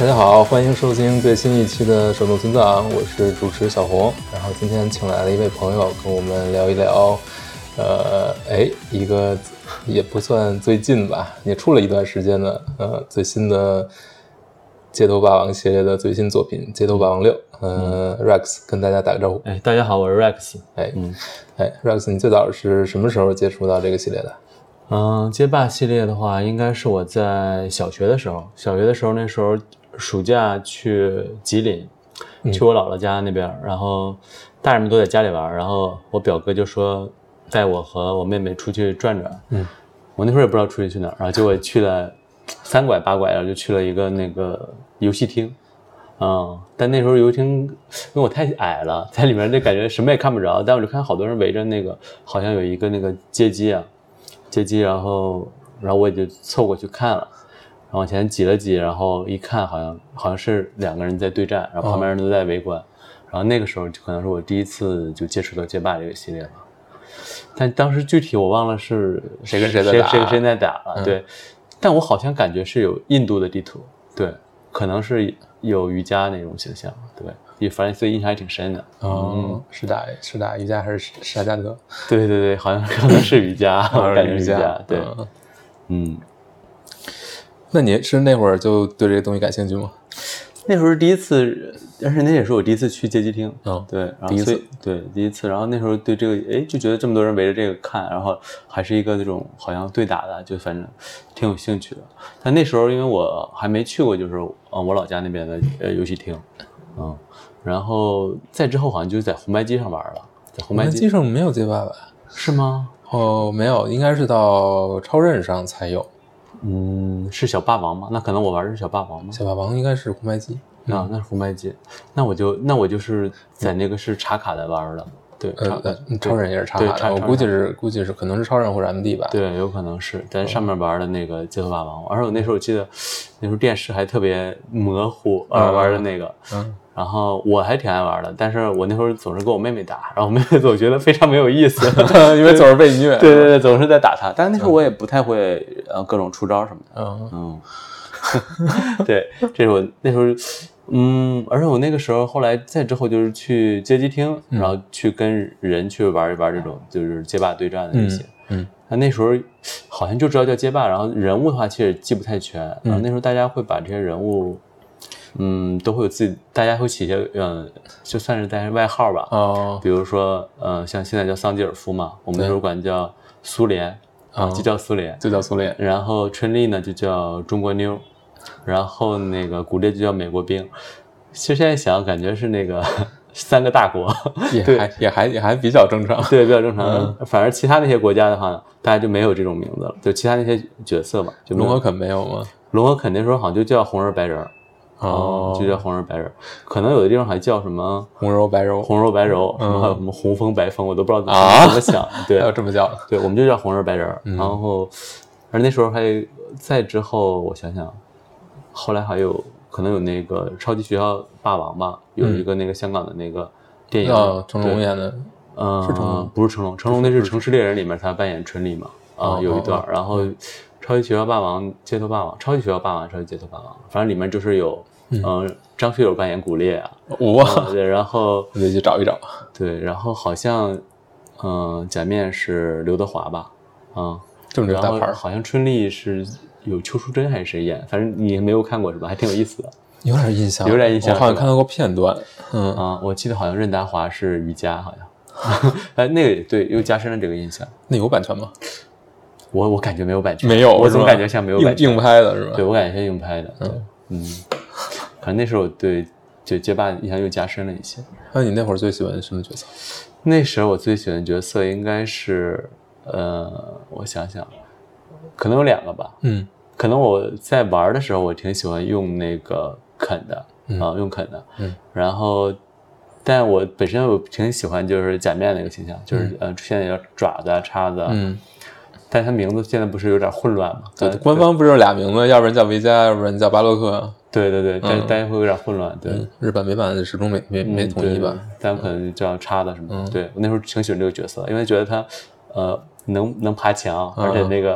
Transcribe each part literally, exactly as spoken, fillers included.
大家好，欢迎收听最新一期的手动存档，我是主持小红。然后今天请来了一位朋友跟我们聊一聊，呃，哎，一个也不算最近吧，也出了一段时间的，呃，最新的街头霸王系列的最新作品《街头霸王六》。呃、嗯、，Rex 跟大家打个招呼。 哎，大家好，我是 Rex。 哎，嗯，哎 ，Rex， 你最早是什么时候接触到这个系列的？ 嗯，街霸系列的话，应该是我在小学的时候，小学的时候那时候暑假去吉林， 嗯、 去我姥姥家那边，然后大人们都在家里玩，然后我表哥就说带我和我妹妹出去转转。 嗯， 我那会儿也不知道出去去哪儿，然后结果去了三拐八拐，然后就去了一个那个游戏厅。嗯，但那时候游戏厅，因为我太矮了，在里面就感觉什么也看不着，但我就看好多人围着那个，好像有一个那个街机啊，街机，然后然后我也就凑过去看了，然后往前挤了挤，然后一看好像好像是两个人在对战，然后旁边人都在围观，哦、然后那个时候就可能是我第一次就接触到街霸这个系列了，但当时具体我忘了是谁跟谁在打， 谁跟谁在打了， 嗯、 对，但我好像感觉是有印度的地图，对，可能是有瑜伽那种形象，对，也反正所以印象还挺深的。 哦，嗯、是打是打瑜伽还是沙加德？ 对对对，好像可能是瑜伽，我感觉瑜伽，对， 嗯。 嗯， 那你是那会儿就对这个东西感兴趣吗？ 那时候是第一次，但是那也是我第一次去街机厅， 哦， 对，然后第一次， 对，第一次，然后那时候对这个，哎，就觉得这么多人围着这个看，然后还是一个那种好像对打的，就反正挺有兴趣的。但那时候因为我还没去过，就是呃我老家那边的呃游戏厅，嗯，然后再之后好像就是在红白机上玩了，在红白机上没有街霸吧？ 是吗？ 哦，没有，应该是到超任上才有。 嗯，是小霸王吗？那可能我玩的是小霸王吗？ 小霸王应该是红白机啊，那是红白机。那我就那我就是在那个是插卡的玩的，对， 呃，超任也是插卡的，我估计是估计是可能是超任或者 M D 吧。 对，有可能是在上面玩的那个街头霸王，而且我那时候我记得那时候电视还特别模糊，呃，玩的那个， 嗯。 然后我还挺爱玩的，但是我那会儿总是跟我妹妹打，然后我妹妹总觉得非常没有意思， 因为总是被虐。 对对对，总是在打她。但是那时候我也不太会呃各种出招什么的。 嗯嗯，对，这是我那时候，嗯，而且我那个时候后来再之后就是去街机厅， 嗯、 然后去跟人去玩一玩这种就是街霸对战的那些。 嗯， 那、嗯、那时候好像就知道叫街霸，然后人物的话其实记不太全，然后那时候大家会把这些人物。嗯，都会有自己，大家会起一些，嗯，就算是带外号吧。 哦， 比如说，呃，像现在叫桑吉尔夫嘛，我们那时候管叫苏联，啊，就叫苏联， 就叫苏联。 然后春丽呢就叫中国妞，然后那个古烈就叫美国兵。其实现在想，感觉是那个三个大国， 也还也还也还比较正常， 对，比较正常。嗯、反而其他那些国家的话呢，大家就没有这种名字了，就其他那些角色嘛，就龙和肯没有吗？ 龙和肯那时候好像就叫红人白人。 哦， 就叫红人白人，可能有的地方还叫什么红柔白柔， 红柔白柔， 嗯、 什么还有什么红枫白枫，我都不知道怎么、 啊、 怎么想。对， 还有这么叫的？ 对，我们就叫红人白人。 嗯、 然后，而那时候还再之后，我想想，后来还有可能有那个超级学校霸王吧，有一个那个香港的那个电影， 哦，成龙演的， 嗯， 是成龙， 不是成龙，成龙那是《城市猎人》里面他扮演春丽嘛，啊、嗯，有一段， 哦、 然后超级学校霸王、街头霸王、超级学校霸王、超级街头霸王，反正里面就是有。嗯，张学友扮演古烈啊， 哇、 嗯，对，然后我得去找一找。 对，然后好像，嗯，假面是刘德华吧，嗯， 这么个大牌。 好像春丽是有邱淑贞还是谁演，反正你没有看过是吧？还挺有意思的。 有点印象， 有点印象， 我好像看到过片段。嗯啊、嗯，我记得好像任达华是瑜伽，好像，哎，那个对，又加深了这个印象。 那有版权吗？ 我我感觉没有版权， 没有， 我总感觉像没有版权， 硬拍的是吧？ 对，我感觉像硬拍的。 嗯嗯。反正那时候对对街霸印象又加深了一些。 那你那会儿最喜欢什么角色？ 那时候我最喜欢的角色应该是，呃，我想想，可能有两个吧。 嗯， 可能我在玩的时候，我挺喜欢用那个肯的， 嗯、 啊，用肯的。 嗯， 然后，但我本身我挺喜欢就是假面那个形象，就是、嗯、呃出现那个爪子啊、叉子啊。 嗯。 但他名字现在不是有点混乱吗？ 对，官方不是有俩名字，要不然叫维加，要不然叫巴洛克。 对对对，但大家会有点混乱。对， 嗯、日本美版始终没没没统一吧？ 但可能叫叉子什么的。 嗯、 对我那时候挺喜欢这个角色，因为觉得他，呃，能能爬墙，而且那个，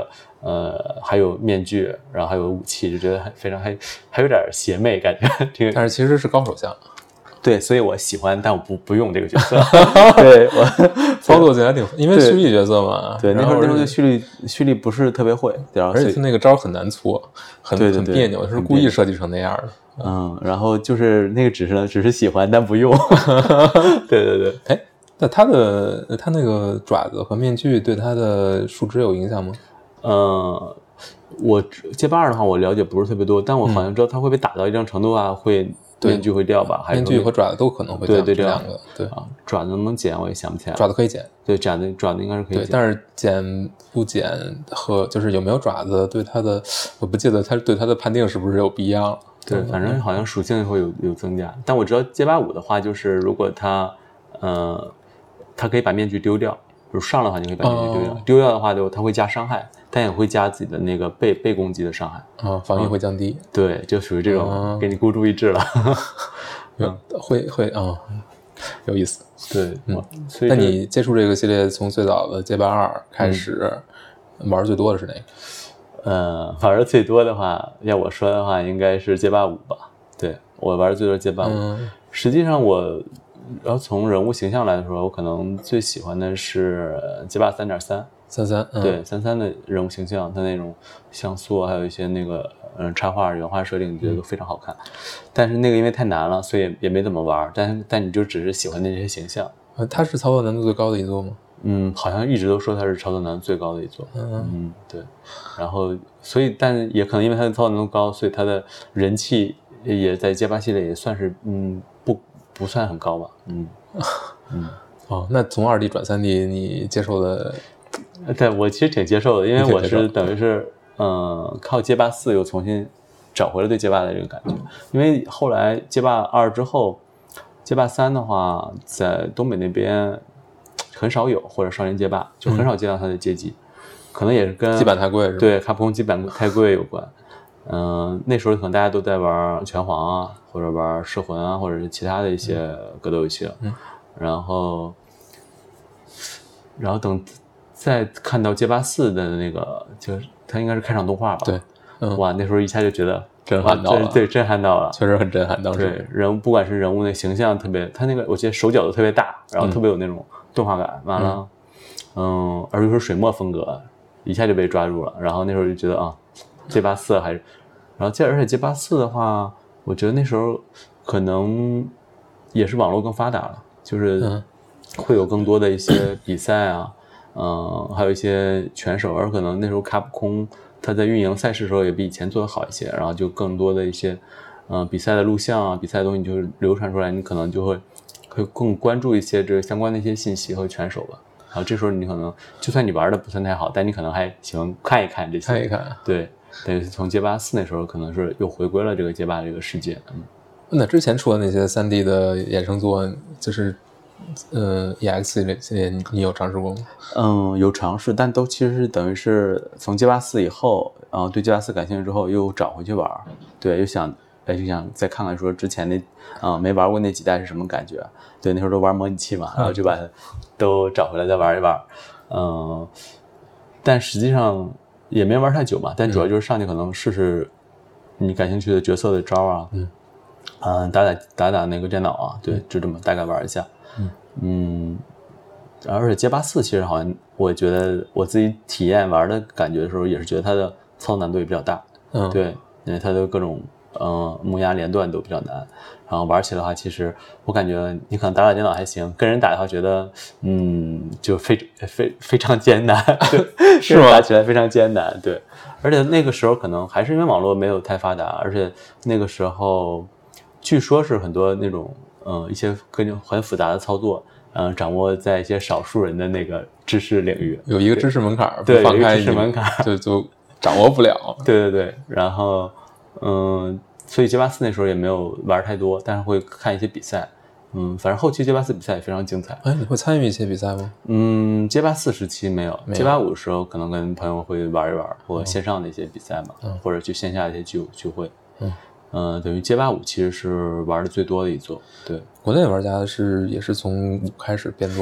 呃，还有面具，然后还有武器，就觉得非常还还有点邪魅感觉。 但是其实是高手像。 对，所以我喜欢，但我不不用这个角色。对我操作起来挺，因为蓄力角色嘛。 对，那时候那时候的蓄力蓄力不是特别会，然后而且他那个招很难搓，很对对对很别扭，是故意设计成那样的。 嗯，然后就是那个只是只是喜欢，但不用。对对对， 哎，那他的他那个爪子和面具对他的数值有影响吗？ 呃，我街霸二的话，我了解不是特别多，但我好像知道他会被打到一定程度啊，会。面具会掉吧？还面具和爪子都可能会掉。 对对， 这两个对啊，爪子能不能剪我也想不起来。 爪子可以剪， 对，爪子爪子应该是可以剪， 但是剪不剪和就是有没有爪子对它的，我不记得它对它的判定是不是有不一样。 对，反正好像属性会有有增加。但我知道街霸五的话，就是如果它呃，它可以把面具丢掉，比如上的话，你可以把面具丢掉。哦、丢掉的话就它会加伤害。但也会加自己的那个被被攻击的伤害啊，防御会降低。 嗯、对，就属于这种给你孤注一掷了。 嗯，会会啊、嗯，有意思。 对， 嗯， 所以那你接触这个系列从最早的街霸二开始、嗯、玩最多的是哪个？ 呃，玩的最多的话，要我说的话，应该是街霸五吧。对，我玩的最多是街霸五。嗯、实际上我，然后从人物形象来说，我可能最喜欢的是街霸三点三。 三三、嗯、 对三三的人物形象，它那种像素还有一些那个嗯插画原画设定，你觉得都非常好看。嗯、但是那个因为太难了，所以也没怎么玩。但但你就只是喜欢那些形象。 呃，它是操作难度最高的一座吗？ 嗯，好像一直都说它是操作难度最高的一座。嗯嗯，对。然后所以但也可能因为它的操作难度高，所以它的人气也在街霸系列也算是嗯不不算很高吧。嗯嗯哦，那从二 D 转三 D 你接受的？ 对，我其实挺接受的，因为我是等于是，嗯、呃，靠街霸四又重新找回了对街霸的这个感觉。因为后来街霸二之后，街霸三的话，在东北那边很少有，或者少年街霸就很少见到它的街机，嗯、可能也是跟基板太贵是吧？ 对，卡普空基板太贵有关。嗯、呃，那时候可能大家都在玩拳皇啊，或者玩噬魂啊，或者是其他的一些格斗游戏了。嗯，然后，然后等。再看到街霸四的那个，就是它应该是开场动画吧？ 对， 嗯、哇，那时候一下就觉得震撼到了， 对，震撼到了， 确实很震撼。当时对人物，不管是人物的形象特别，他那个我记得手脚都特别大，然后特别有那种动画感。嗯、完了，嗯，而且是水墨风格，一下就被抓住了。然后那时候就觉得啊，街霸四还是，然后接而且街霸四的话，我觉得那时候可能也是网络更发达了，就是会有更多的一些比赛啊。嗯，还有一些拳手，而可能那时候卡普空他在运营赛事的时候也比以前做得好一些，然后就更多的一些，嗯、呃，比赛的录像啊，比赛的东西就是流传出来，你可能就会会更关注一些这个相关的一些信息和拳手吧。然后这时候你可能就算你玩的不算太好，但你可能还喜欢看一看这些， 看一看， 对，等于从街霸四那时候可能是又回归了这个街霸这个世界。嗯， 那之前出的那些 三 D 的衍生作，就是。呃 ，E X 系列你你有尝试过吗？ 嗯，有尝试，但都其实是等于是从街霸四以后，然后对街霸四感兴趣之后又找回去玩，对，又想哎就想再看看说之前那啊、呃、没玩过那几代是什么感觉，对，那时候都玩模拟器嘛，然后就把它都找回来再玩一玩，嗯，但实际上也没玩太久嘛，但主要就是上去可能试试你感兴趣的角色的招啊，嗯，嗯，打打打打那个电脑啊，对，就这么大概玩一下。嗯, 嗯，而且街霸四其实好像我觉得我自己体验玩的感觉的时候，也是觉得它的操作难度也比较大。嗯，对，因为它的各种呃木压连段都比较难，然后玩起来的话，其实我感觉你可能打打电脑还行，跟人打的话觉得嗯就非非非常艰难，对，是吗？打起来非常艰难，对，而且那个时候可能还是因为网络没有太发达，而且那个时候据说是很多那种。嗯，一些更很复杂的操作，嗯，掌握在一些少数人的那个知识领域， 有一个知识门槛， 对， 放开有一个知识门槛， 就就掌握不了。 对对对，然后，嗯，所以街霸四那时候也没有玩太多，但是会看一些比赛，嗯，反正后期街霸四比赛也非常精彩。 哎，你会参与一些比赛吗？ 嗯，街霸四时期没有，街霸五的时候可能跟朋友会玩一玩，或线上的一些比赛嘛，嗯、或者去线下的一些聚聚会，嗯。嗯，等于街霸五其实是玩的最多的一座。对， 国内玩家是也是从五开始变多吗？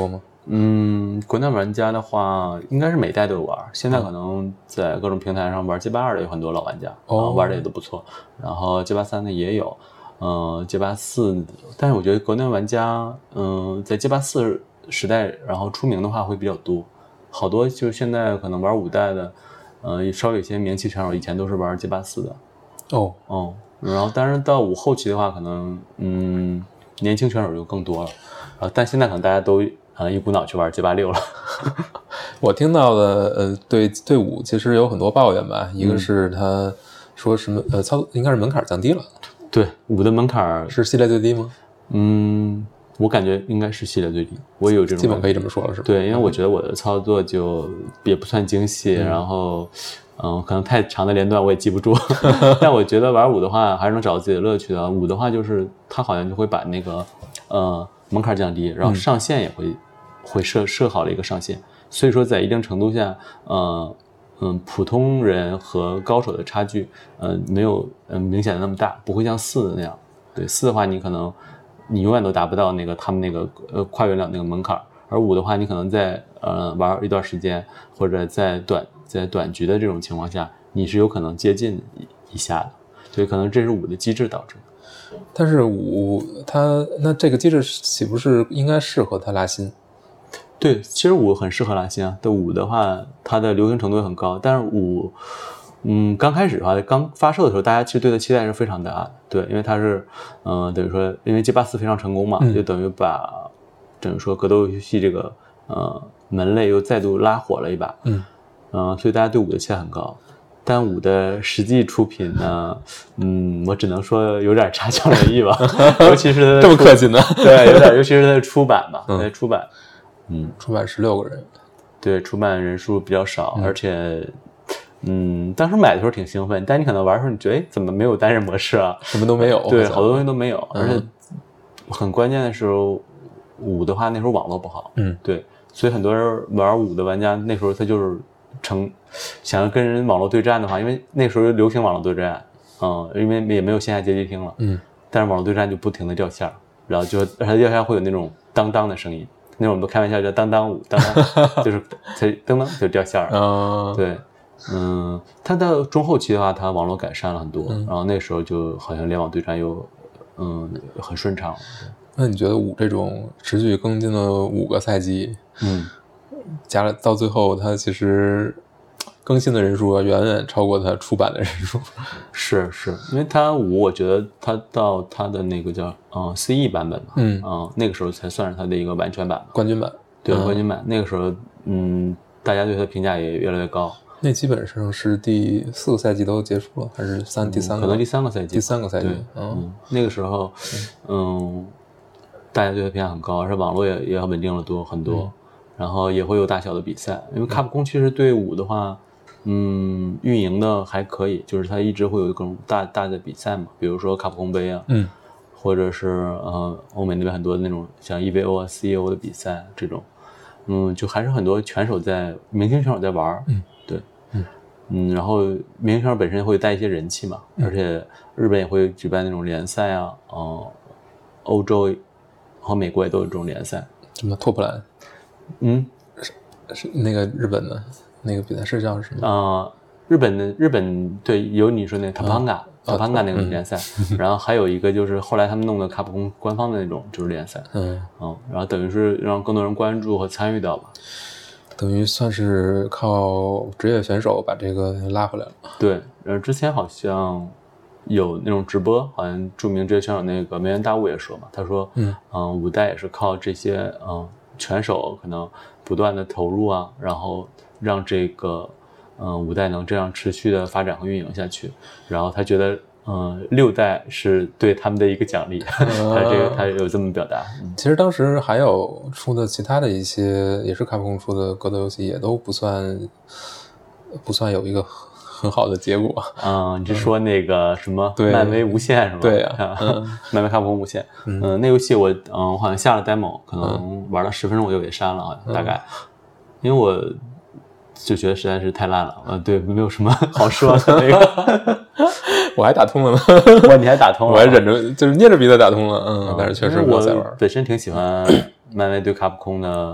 嗯，国内玩家的话，应该是每代都有玩。现在可能在各种平台上玩 J 八二的有很多老玩家， 哦， 玩的也都不错。然后 J 八三的也有，嗯、呃、，J 八四，但是我觉得国内玩家，嗯、呃，在 J 八四时代，然后出名的话会比较多。好多就是现在可能玩五代的，呃，稍微有些名气选手以前都是玩 J 八四的。 哦， 哦、嗯，然后当然到五后期的话，可能嗯，年轻选手就更多了。啊，但现在可能大家都。啊，一股脑去玩 J 八六了。 我听到的，呃，对对五其实有很多抱怨吧。一个是他说什么，呃，操，应该是门槛降低了。 对，五的门槛是系列最低吗？ 嗯，我感觉应该是系列最低。我也有这种， 基本可以这么说了，是吧？ 对，因为我觉得我的操作就也不算精细， 嗯、 然后，嗯，可能太长的连段我也记不住。但我觉得玩五的话，还是能找到自己的乐趣的。五的话，就是它好像就会把那个，呃。门槛降低，然后上限也会、嗯、会设设好了一个上限，所以说在一定程度下，呃嗯，普通人和高手的差距，呃，没有嗯、呃、明显的那么大，不会像四那样。对，四的话你可能你永远都达不到那个他们那个呃跨越不了那个门槛，而五的话你可能在呃玩一段时间或者在短在短局的这种情况下，你是有可能接近一下的，所以可能这是五的机制导致的。 但是五它那这个机制岂不是应该适合它拉新？ 对，其实五很适合拉新啊。对五的话，它的流行程度也很高。但是五，嗯，刚开始的话，刚发售的时候，大家其实对它期待是非常大的。对，因为它是，嗯、呃，等于说，因为 J 八四非常成功嘛， 嗯、 就等于把，等于说格斗游戏这个呃门类又再度拉火了一把。 嗯， 嗯、呃，所以大家对五的期待很高。但五的实际出品呢，嗯，我只能说有点差强人意吧，尤其是它的这么客气呢？ 对，有点，尤其是它的出版吧，它的出版，嗯， 出版十六个人， 对，出版人数比较少，嗯、而且，嗯，当时买的时候挺兴奋，但你可能玩的时候，你觉得，哎，怎么没有单人模式啊？ 什么都没有， 对，好多东西都没有， 嗯、 而且很关键的时候，五的话那时候网络不好， 嗯， 对，所以很多人玩五的玩家那时候他就是。成想要跟人网络对战的话，因为那时候流行网络对战，嗯，因为也没有线下街机厅了， 嗯， 但是网络对战就不停的掉线，然后就它掉线会有那种当当的声音，那种我们都开玩笑叫当当舞，当当就是才噔噔就掉线了， 哦， 对，嗯，它到中后期的话，它网络改善了很多，嗯、然后那时候就好像联网对战又嗯很顺畅。 那你觉得五这种持续更新了五个赛季， 嗯？ 加了到最后，它其实更新的人数远远超过它出版的人数。 是是，因为它五，我觉得它到它的那个叫嗯 C E 版本吧， 嗯嗯，那个时候才算是它的一个完全版， 冠军版。 对，冠军版、嗯、那个时候，嗯，大家对它的评价也越来越高。 那基本上是第四个赛季都结束了，还是三、嗯、第三个？ 可能第三个赛季。 第三个赛季， 嗯，嗯那个时候，嗯，大家对它评价很高，而且网络也也稳定了多很多。嗯，然后也会有大小的比赛，因为卡普空其实对五的话，嗯，运营的还可以，就是它一直会有各种大大的比赛嘛，比如说卡普空杯啊， 嗯， 或者是呃欧美那边很多的那种像 E V O 啊、C E O 的比赛这种，嗯，就还是很多拳手在明星拳手在玩， 嗯， 对， 嗯嗯，然后明星拳手本身会带一些人气嘛， 嗯、 而且日本也会举办那种联赛啊，嗯、呃，欧洲和美国也都有这种联赛， 什么托普兰。 嗯， 是是那个日本的那个比赛是叫什么？ 啊、呃，日本的日本对有你说那个 Topanga、嗯、Topanga 那个联赛、嗯，然后还有一个就是后来他们弄的卡普空官方的那种就是联赛， 嗯嗯，然后等于是让更多人关注和参与到吧， 等于算是靠职业选手把这个拉回来了。 对，呃，之前好像有那种直播，好像著名职业选手那个梅原大悟也说嘛，他说，嗯嗯，五代也是靠这些嗯。拳手可能不断的投入啊，然后让这个嗯、呃、五代能这样持续的发展和运营下去，然后他觉得嗯、呃、六代是对他们的一个奖励，他这个他有这么表达、嗯。 其实当时还有出的其他的一些也是卡普空出的格斗游戏，也都不算不算有一个很好的结果。 嗯，你是说那个什么漫威无限是吗？ 对呀、啊嗯，漫威卡普空无限。嗯，呃、那游戏我嗯我好像下了 demo， 可能玩了十分钟我就给删了，好像大概，因为我就觉得实在是太烂了。呃，对，没有什么好说的那个。 我还打通了呢。 哇，你还打通了？ 我还忍着，就是捏着鼻子打通了。嗯，但是确实我本身挺喜欢漫威对卡普空的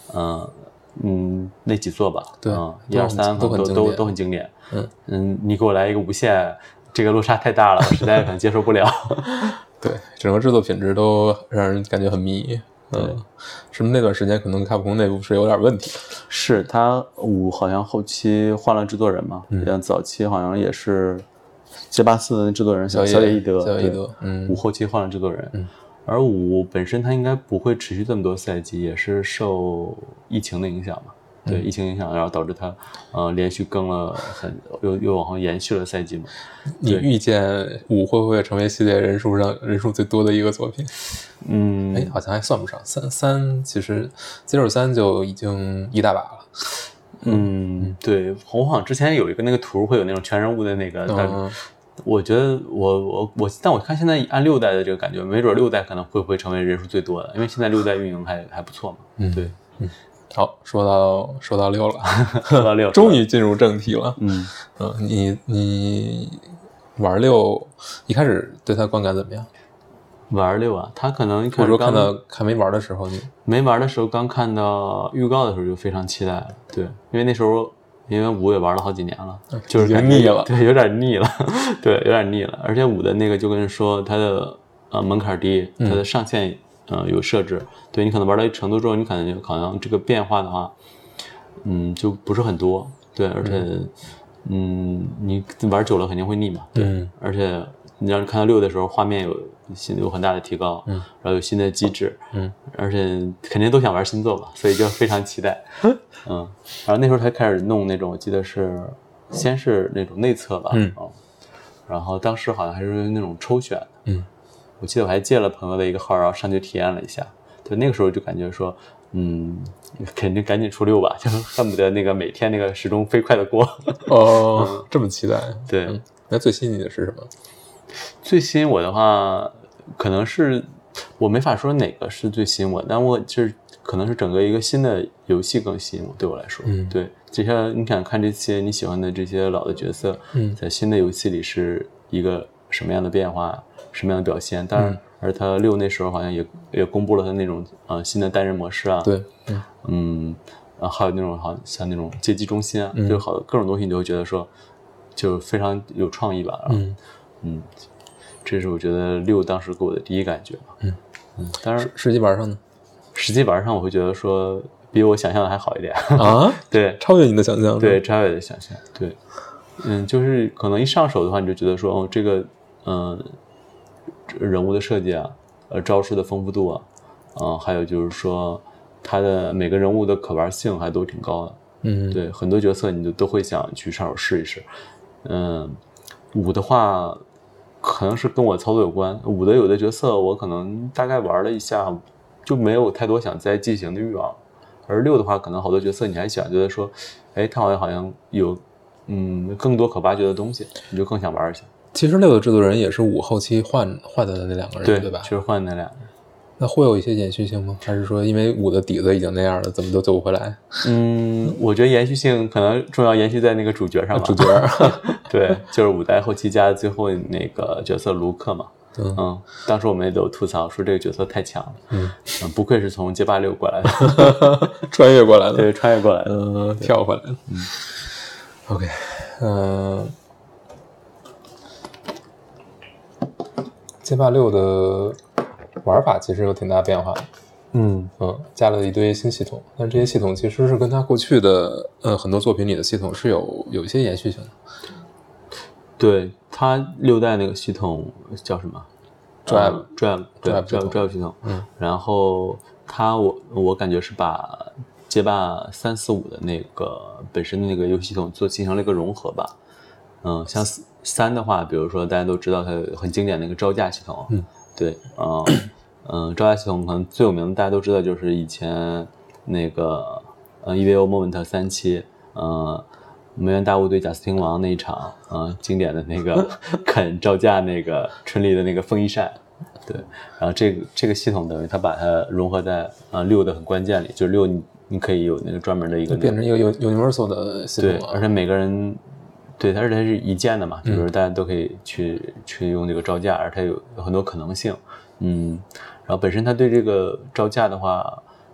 嗯嗯那几座吧， 对， 嗯，一二三都都都都很经典。 嗯嗯，你给我来一个无限，这个落差太大了，我实在可能接受不了。 对，整个制作品质都让人感觉很迷。嗯，是不是那段时间可能卡普空内部是有点问题？ 是他五好像后期换了制作人嘛，嗯，早期好像也是街霸四的制作人小野义德， 小野义德，嗯， 五后期换了制作人， 嗯， 而五本身它应该不会持续这么多赛季，也是受疫情的影响嘛。对、嗯、疫情影响，然后导致它呃连续更了很又又往后延续了赛季嘛。 你预见五会不会成为系列人数上人数最多的一个作品？ 嗯， 哎，好像还算不上，三三其实 Zero 三就已经一大把了。 嗯，嗯对，我好像之前有一个那个图会有那种全人物的那个，但、嗯、我觉得我我我，但我看现在按六代的这个感觉，没准六代可能会不会成为人数最多的，因为现在六代运营还还不错嘛。 嗯， 对， 嗯。好，说到说到六了， 说到六， 终于进入正题了。 嗯嗯，你你玩六一开始对他观感怎么样？ 玩六啊，他可能一开始看到还没玩的时候，你没玩的时候，刚看到预告的时候就非常期待了。对，因为那时候因为五也玩了好几年了，就是已经腻了， 对，有点腻了，对，有点腻了。而且五的那个就跟人说，它的呃门槛低，它的上限。嗯呃，有设置，对你可能玩到一程度之后，你可能好像这个变化的话，嗯，就不是很多，对，而且，嗯，你玩久了肯定会腻嘛，对， 嗯、 而且你让你看到六的时候，画面有新有很大的提高， 嗯， 然后有新的机制， 嗯， 而且肯定都想玩新作嘛，所以就非常期待，嗯，然后那时候才开始弄那种，我记得是先是那种内测吧， 嗯， 哦、然后当时好像还是那种抽选的， 嗯。 我记得我还借了朋友的一个号，然后上去体验了一下。对，那个时候就感觉说，嗯，肯定赶紧出六吧，就恨不得那个每天那个时钟飞快的过。 哦、嗯，这么期待。 对、 嗯，那最吸引你的是什么？ 最吸引我的话，可能是我没法说哪个是最吸引我，但我就是可能是整个一个新的游戏更吸引我。对我来说， 嗯， 对，这些你想看这些你喜欢的这些老的角色， 嗯， 在新的游戏里是一个什么样的变化？什么样的表现？当然， 嗯、 而他六那时候好像也也公布了他那种呃新的单人模式啊， 对， 嗯嗯，然后还有那种好像那种街机中心啊， 嗯、 就好各种东西，你都会觉得说就非常有创意吧。 嗯嗯，这是我觉得六当时给我的第一感觉吧。 嗯嗯，当然实际玩上呢， 实际玩上我会觉得说比我想象的还好一点啊， 对， 超越你的想象， 对，超越我的想象，对，嗯，就是可能一上手的话，你就觉得说哦，这个嗯。人物的设计啊，呃，招式的丰富度啊，嗯、呃，还有就是说，它的每个人物的可玩性还都挺高的。 嗯， 对，很多角色你就都会想去上手试一试。嗯，五的话，可能是跟我操作有关。五的有的角色我可能大概玩了一下，就没有太多想再进行的欲望。而六的话，可能好多角色你还想觉得说，哎，它好像好像有嗯更多可挖掘的东西，你就更想玩一下。 其实六的制作人也是五后期换换的那两个人， 对, 对吧？ 就是换那两个人。 那会有一些延续性吗？还是说因为五的底子已经那样了，怎么都救不回来？ 嗯，我觉得延续性可能重要延续在那个主角上吧。 主角对，就是五代后期加的最后那个角色卢克嘛。 嗯, 嗯，当时我们也都吐槽说这个角色太强了。 嗯, 嗯，不愧是从街霸六过来的， 穿越过来的。 对，穿越过来的， 嗯，跳回来的。 嗯 ，OK， 嗯、呃。街霸六的玩法其实有挺大变化的， 嗯嗯，加了一堆新系统，但这些系统其实是跟它过去的呃很多作品里的系统是有有一些延续性的。 对，它六代那个系统叫什么 ？Drive Drive Drive Drive Drive 系统， 嗯， 然后它我我感觉是把街霸三四五的那个本身的那个游戏系统做进行了一个融合吧。嗯，像三的话，比如说大家都知道它很经典的一个招架系统， 嗯， 对，嗯嗯，招架系统可能最有名的大家都知道就是以前那个呃 E V O Moment 三期，呃梅园大雾对贾斯汀王那一场，呃经典的那个啃招架那个春丽的那个风衣扇，对，然后这个这个系统等于它把它融合在呃六的很关键里，就是六你你可以有那个专门的一个变成一个 universal 的系统， 对，而且每个人。对，它是它是一键的嘛，就是大家都可以去、嗯、去用这个招架，而它有有很多可能性，嗯，然后本身它对这个招架的话，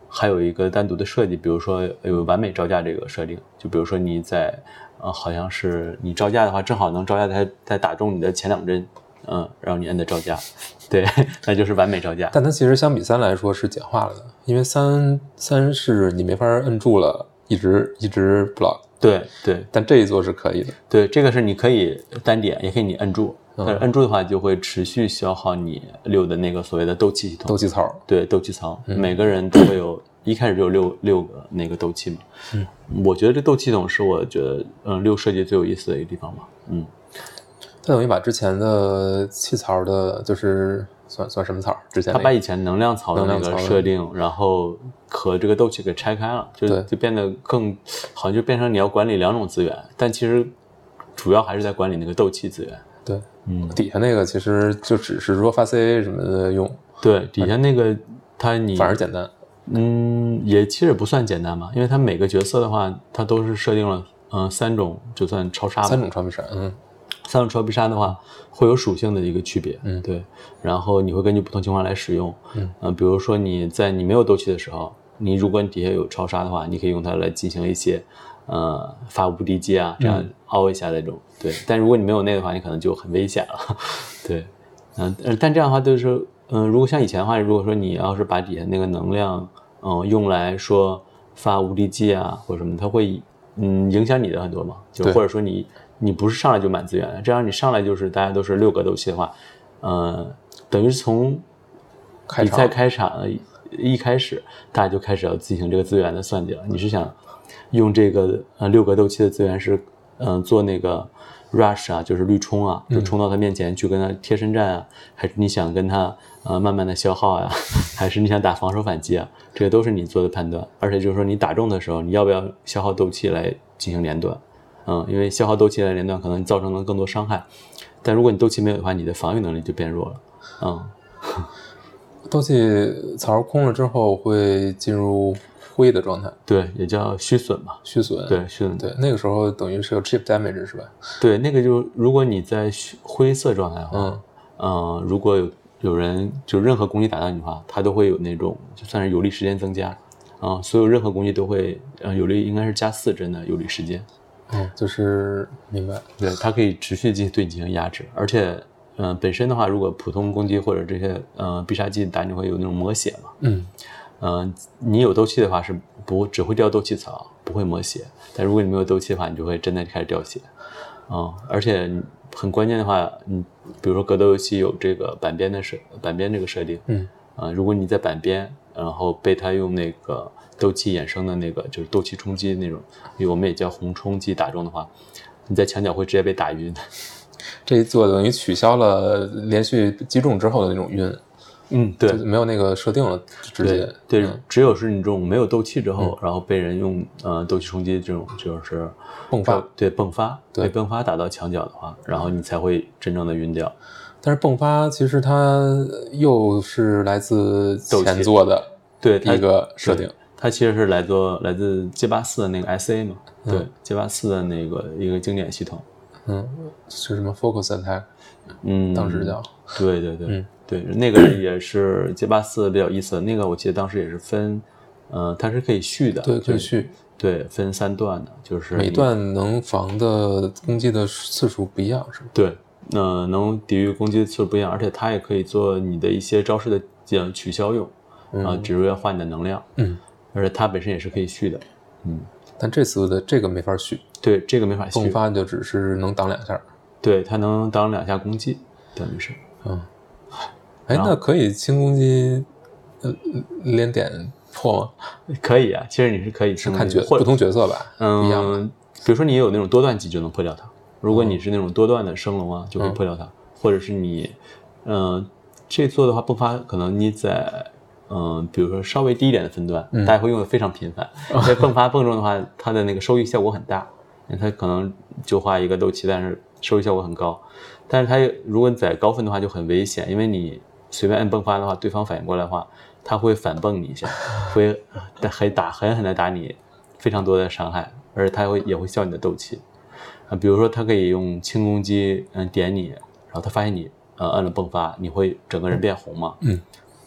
还有一个单独的设计，比如说有完美招架这个设定，就比如说你在呃好像是你招架的话，正好能招架在在打中你的前两针，嗯，让你摁的招架，对，那就是完美招架。 但它其实相比三来说是简化了的，因为三三是你没法摁住了，一直一直 block。 对对， 但这一做是可以的。 对，这个是你可以单点，也可以你摁住。但是摁住的话，就会持续消耗你六的那个所谓的斗气系统。 斗气槽。 对，斗气槽，嗯、每个人都会有，一开始就有六六个那个斗气嘛。嗯，我觉得这斗气系统是我觉得嗯六设计最有意思的一个地方吧。嗯， 它等于把之前的气槽的，就是算算什么槽？之前、 那个、他把以前能量槽的那个设定，然后和这个斗气给拆开了，就就变得更好像就变成你要管理两种资源，但其实主要还是在管理那个斗气资源。 对，嗯，底下那个其实就只是说发 C A 什么的用。 对，底下那个它你反而简单。 嗯，也其实不算简单吧，因为它每个角色的话，它都是设定了嗯、呃、三种，就算超杀吧。 三种超必杀，嗯， 三种超必杀的话会有属性的一个区别，嗯，对。然后你会根据不同情况来使用，嗯、呃，比如说你在你没有斗气的时候，你如果你底下有超杀的话，你可以用它来进行一些。呃，发无敌击啊，这样凹一下那种，嗯、对。但如果你没有那个的话，你可能就很危险了，对。嗯、呃，但这样的话就是，嗯、呃，如果像以前的话，如果说你要是把底下那个能量，嗯、呃，用来说发无敌击啊或者什么，它会嗯影响你的很多嘛，就或者说你你不是上来就满资源，这样你上来就是大家都是六个斗气的话，呃，等于是从比赛开场一开始，大家就开始要进行这个资源的算计了。你是想用这个呃六个斗气的资源是嗯、呃、做那个 rush 啊，就是绿冲啊，就冲到他面前去跟他贴身战啊，嗯、还是你想跟他呃慢慢的消耗呀、啊，还是你想打防守反击啊？这个都是你做的判断。而且就是说你打中的时候，你要不要消耗斗气来进行连段？嗯，因为消耗斗气来连段可能造成了更多伤害，但如果你斗气没有的话，你的防御能力就变弱了。嗯， 斗气槽空了之后会进入灰的状态， 对，也叫虚损嘛， 虚损， 对，虚损， 对，那个时候等于是有 chip damage 是吧？ 对，那个就如果你在灰色状态的话，嗯，呃，如果有有人就任何攻击打到你的话，它都会有那种就算是有利时间增加，啊、呃，所有任何攻击都会呃有利，应该是加四帧的有利时间， 嗯，就是明白， 对，它可以持续进对你进行压制，而且。嗯、呃，本身的话，如果普通攻击或者这些呃必杀技打你会有那种磨血嘛，嗯，嗯、呃，你有斗气的话是不只会掉斗气槽，不会磨血。但如果你没有斗气的话，你就会真的开始掉血，啊、呃，而且很关键的话，你比如说格斗游戏有这个板边的设板边这个设定，嗯，啊、呃，如果你在板边，然后被他用那个斗气衍生的那个就是斗气冲击那种，我们也叫红冲击打中的话，你在墙角会直接被打晕。 这一做等于取消了连续击中之后的那种晕， 嗯，对， 没有那个设定了，直接对，对嗯、只有是你这种没有斗气之后，嗯、然后被人用呃斗气冲击这种就是迸发， 对迸发，被迸发打到墙角的话，然后你才会真正的晕掉。 但是迸发其实它又是来自前作的对一个设定， 它其实是来自来自街霸四的那个 S A 嘛，嗯、对，街霸四的那个一个经典系统。 嗯，是什么 Focus Attack？ 嗯， 当时叫对对对，嗯，对，那个也是街霸四比较有意思的。那个我记得当时也是分，呃，它是可以续的， 对，可以续， 对，分三段的，就是每段能防的攻击的次数不一样，是吧？ 对，呃，能抵御攻击的次数不一样，而且它也可以做你的一些招式的呃取消用，啊、嗯，只是要换你的能量，嗯，而且它本身也是可以续的，嗯。 但这次的这个没法续， 对，这个没法续， 迸发就只是能挡两下， 对，它能挡两下攻击，等于是， 嗯，哎，那可以轻攻击，呃，连点破吗？ 可以啊，其实你是可以是看角不同角色吧， 嗯， 一样的。 比如说你有那种多段技就能破掉它，如果你是那种多段的升龙啊，就可以破掉它，嗯、或者是你，嗯、呃，这做的话迸发可能你在。嗯，比如说稍微低一点的分段，嗯、大家会用的非常频繁。因为迸发迸中的话，它的那个收益效果很大，因为它可能就花一个斗气，但是收益效果很高。但是它如果在高分的话就很危险，因为你随便按迸发的话，对方反应过来的话，它会反蹦你一下，会很打狠狠的打你非常多的伤害，而且它会也会消你的斗气。啊，比如说它可以用轻攻击，嗯，点你，然后它发现你呃按了迸发，你会整个人变红嘛，嗯。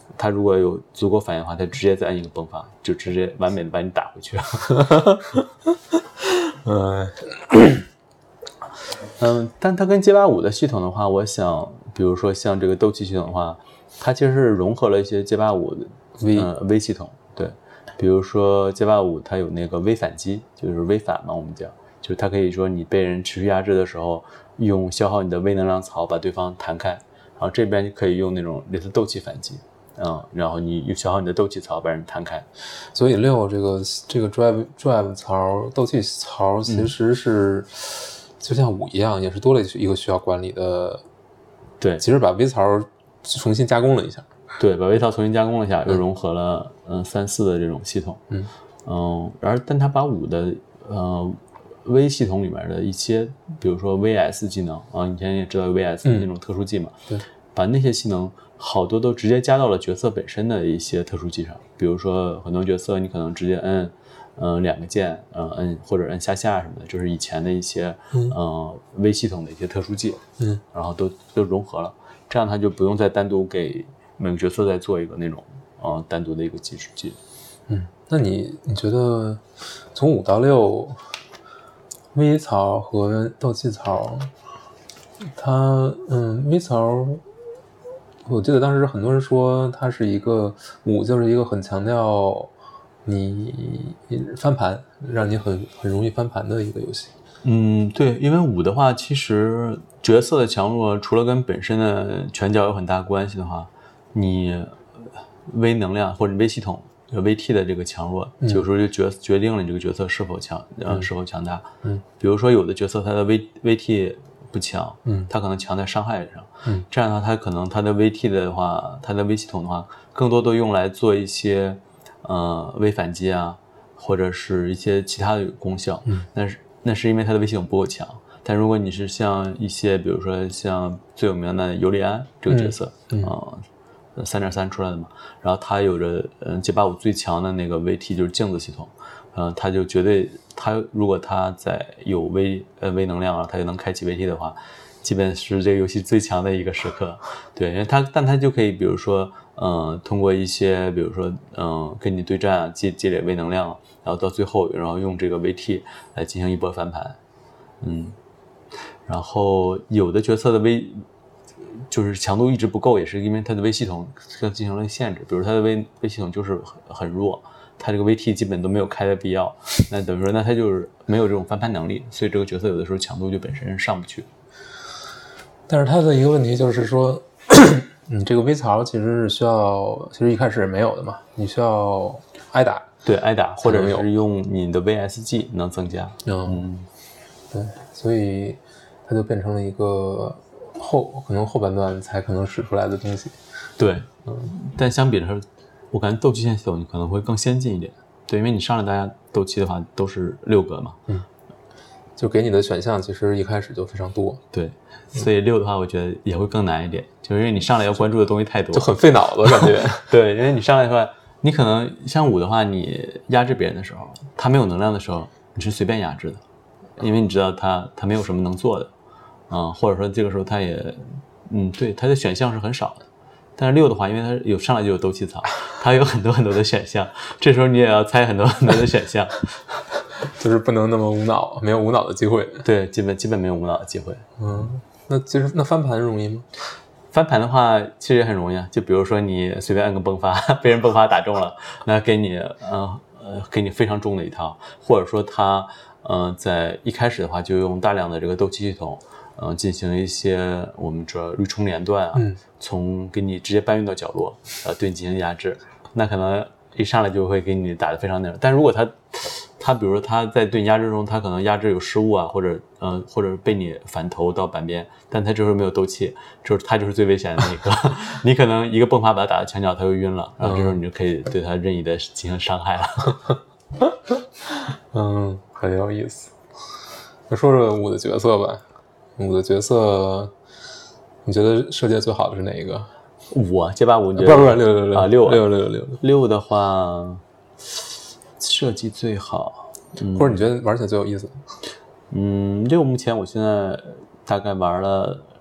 他如果有足够反应的话，他直接再按一个迸发，就直接完美的把你打回去。 嗯嗯，但它跟街霸五的系统的话，我想，比如说像这个斗气系统的话，它其实是融合了一些街霸五的 V 呃 V 系统，对，比如说街霸五它有那个 V 反击，就是 V 反嘛，我们讲，就是它可以说你被人持续压制的时候，用消耗你的微能量槽把对方弹开，然后这边就可以用那种类似斗气反击。嗯，然后你又消耗你的斗气槽把人弹开， 所以六这个这个 drive drive 槽斗气槽其实是、嗯、就像五一样，也是多了一个需要管理的。 对， 其实把 V 槽重新加工了一下， 对，把 V 槽重新加工了一下，又融合了嗯三四的这种系统， 嗯嗯，然而但它把五的呃 V 系统里面的一些，比如说 V S 技能啊，以前也知道 V S 那种特殊技嘛， 嗯、对， 把那些技能。好多都直接加到了角色本身的一些特殊技上，比如说很多角色你可能直接摁，嗯、呃、两个键，嗯、呃、摁或者摁下下什么的，就是以前的一些嗯、呃、微系统的一些特殊技， 嗯， 然后都都融合了，这样他就不用再单独给每个角色再做一个那种呃单独的一个技术技。 嗯，那你你觉得从五到六 V 槽和斗气槽，它嗯 V 槽。我记得当时很多人说它是一个五就是一个很强调你翻盘，让你很很容易翻盘的一个游戏。 嗯，对，因为五的话，其实角色的强弱除了跟本身的拳脚有很大关系的话，你微能量或者微系统 V T 的这个强弱，嗯、有时候就决决定了你这个角色是否强，呃、嗯，是否强大。 嗯， 比如说有的角色它的 V VT 不强， 嗯， 它可能强在伤害上， 嗯， 这样的话，它可能它的 V T 的话，它的 V 系统的话，更多都用来做一些呃微反击啊，或者是一些其他的功效。 嗯， 那是那是因为它的 V 系统不够强。但如果你是像一些，比如说像最有名的尤利安这个角色， 嗯， 呃，三点三出来的嘛，然后他有着嗯街霸五最强的那个 V T 就是镜子系统。嗯、呃，他就绝对，他如果他在有微呃微能量啊，他就能开启 V T 的话，基本是这个游戏最强的一个时刻。对，因为他，但他就可以，比如说，嗯、呃，通过一些，比如说，嗯、呃，跟你对战啊，积积累微能量，然后到最后，然后用这个 V T 来进行一波翻盘。嗯，然后有的角色的微就是强度一直不够，也是因为它的微系统进行了限制，比如它的微微系统就是很很弱。他这个 V T 基本都没有开的必要，那等于说，那他就是没有这种翻盘能力，所以这个角色有的时候强度就本身上不去。 但是他的一个问题就是说，你这个 V 槽其实是需要，其实一开始没有的嘛，你需要挨打， 对，挨打，或者是用你的 V S G 能增加。 嗯，对，所以它就变成了一个后可能后半段才可能使出来的东西。 对，嗯，但相比来说。我感觉斗气线系统你可能会更先进一点，对，因为你上来大家斗气的话都是六个嘛， 嗯，就给你的选项其实一开始就非常多， 对，所以六的话我觉得也会更难一点，就是因为你上来要关注的东西太多， 就很费脑子感觉。 对，因为你上来的话，你可能像五的话，你压制别人的时候，他没有能量的时候，你是随便压制的，因为你知道他他没有什么能做的，嗯，或者说这个时候他也，嗯，对，他的选项是很少的。但是六的话，因为它有上来就有斗气槽，它有很多很多的选项，这时候你也要猜很多很多的选项， 就是不能那么无脑，没有无脑的机会。 对，基本基本没有无脑的机会。 嗯，那其实那翻盘容易吗？ 翻盘的话，其实也很容易啊。就比如说你随便按个迸发，被人迸发打中了，那给你呃呃给你非常重的一套，或者说他呃在一开始的话就用大量的这个斗气系统。嗯、呃，进行一些我们说蠕虫连段啊， 嗯， 从给你直接搬运到角落，呃，对你进行压制，那可能一上来就会给你打得非常那种。但如果他他比如说他在对你压制中，他可能压制有失误啊，或者呃或者被你反投到板边，但他这时候没有斗气，就是他就是最危险的那个，你可能一个迸发把他打到墙角，他就晕了，然后这时候你就可以对他任意的进行伤害了。 嗯，很有意思。那说说五的角色吧。五的角色，你觉得设计最好的是哪一个？ 五啊，街霸五，不不不，六六六啊，六六六六六的话，设计最好， 嗯、或者你觉得玩起来最有意思？ 嗯，六目前我现在大概玩了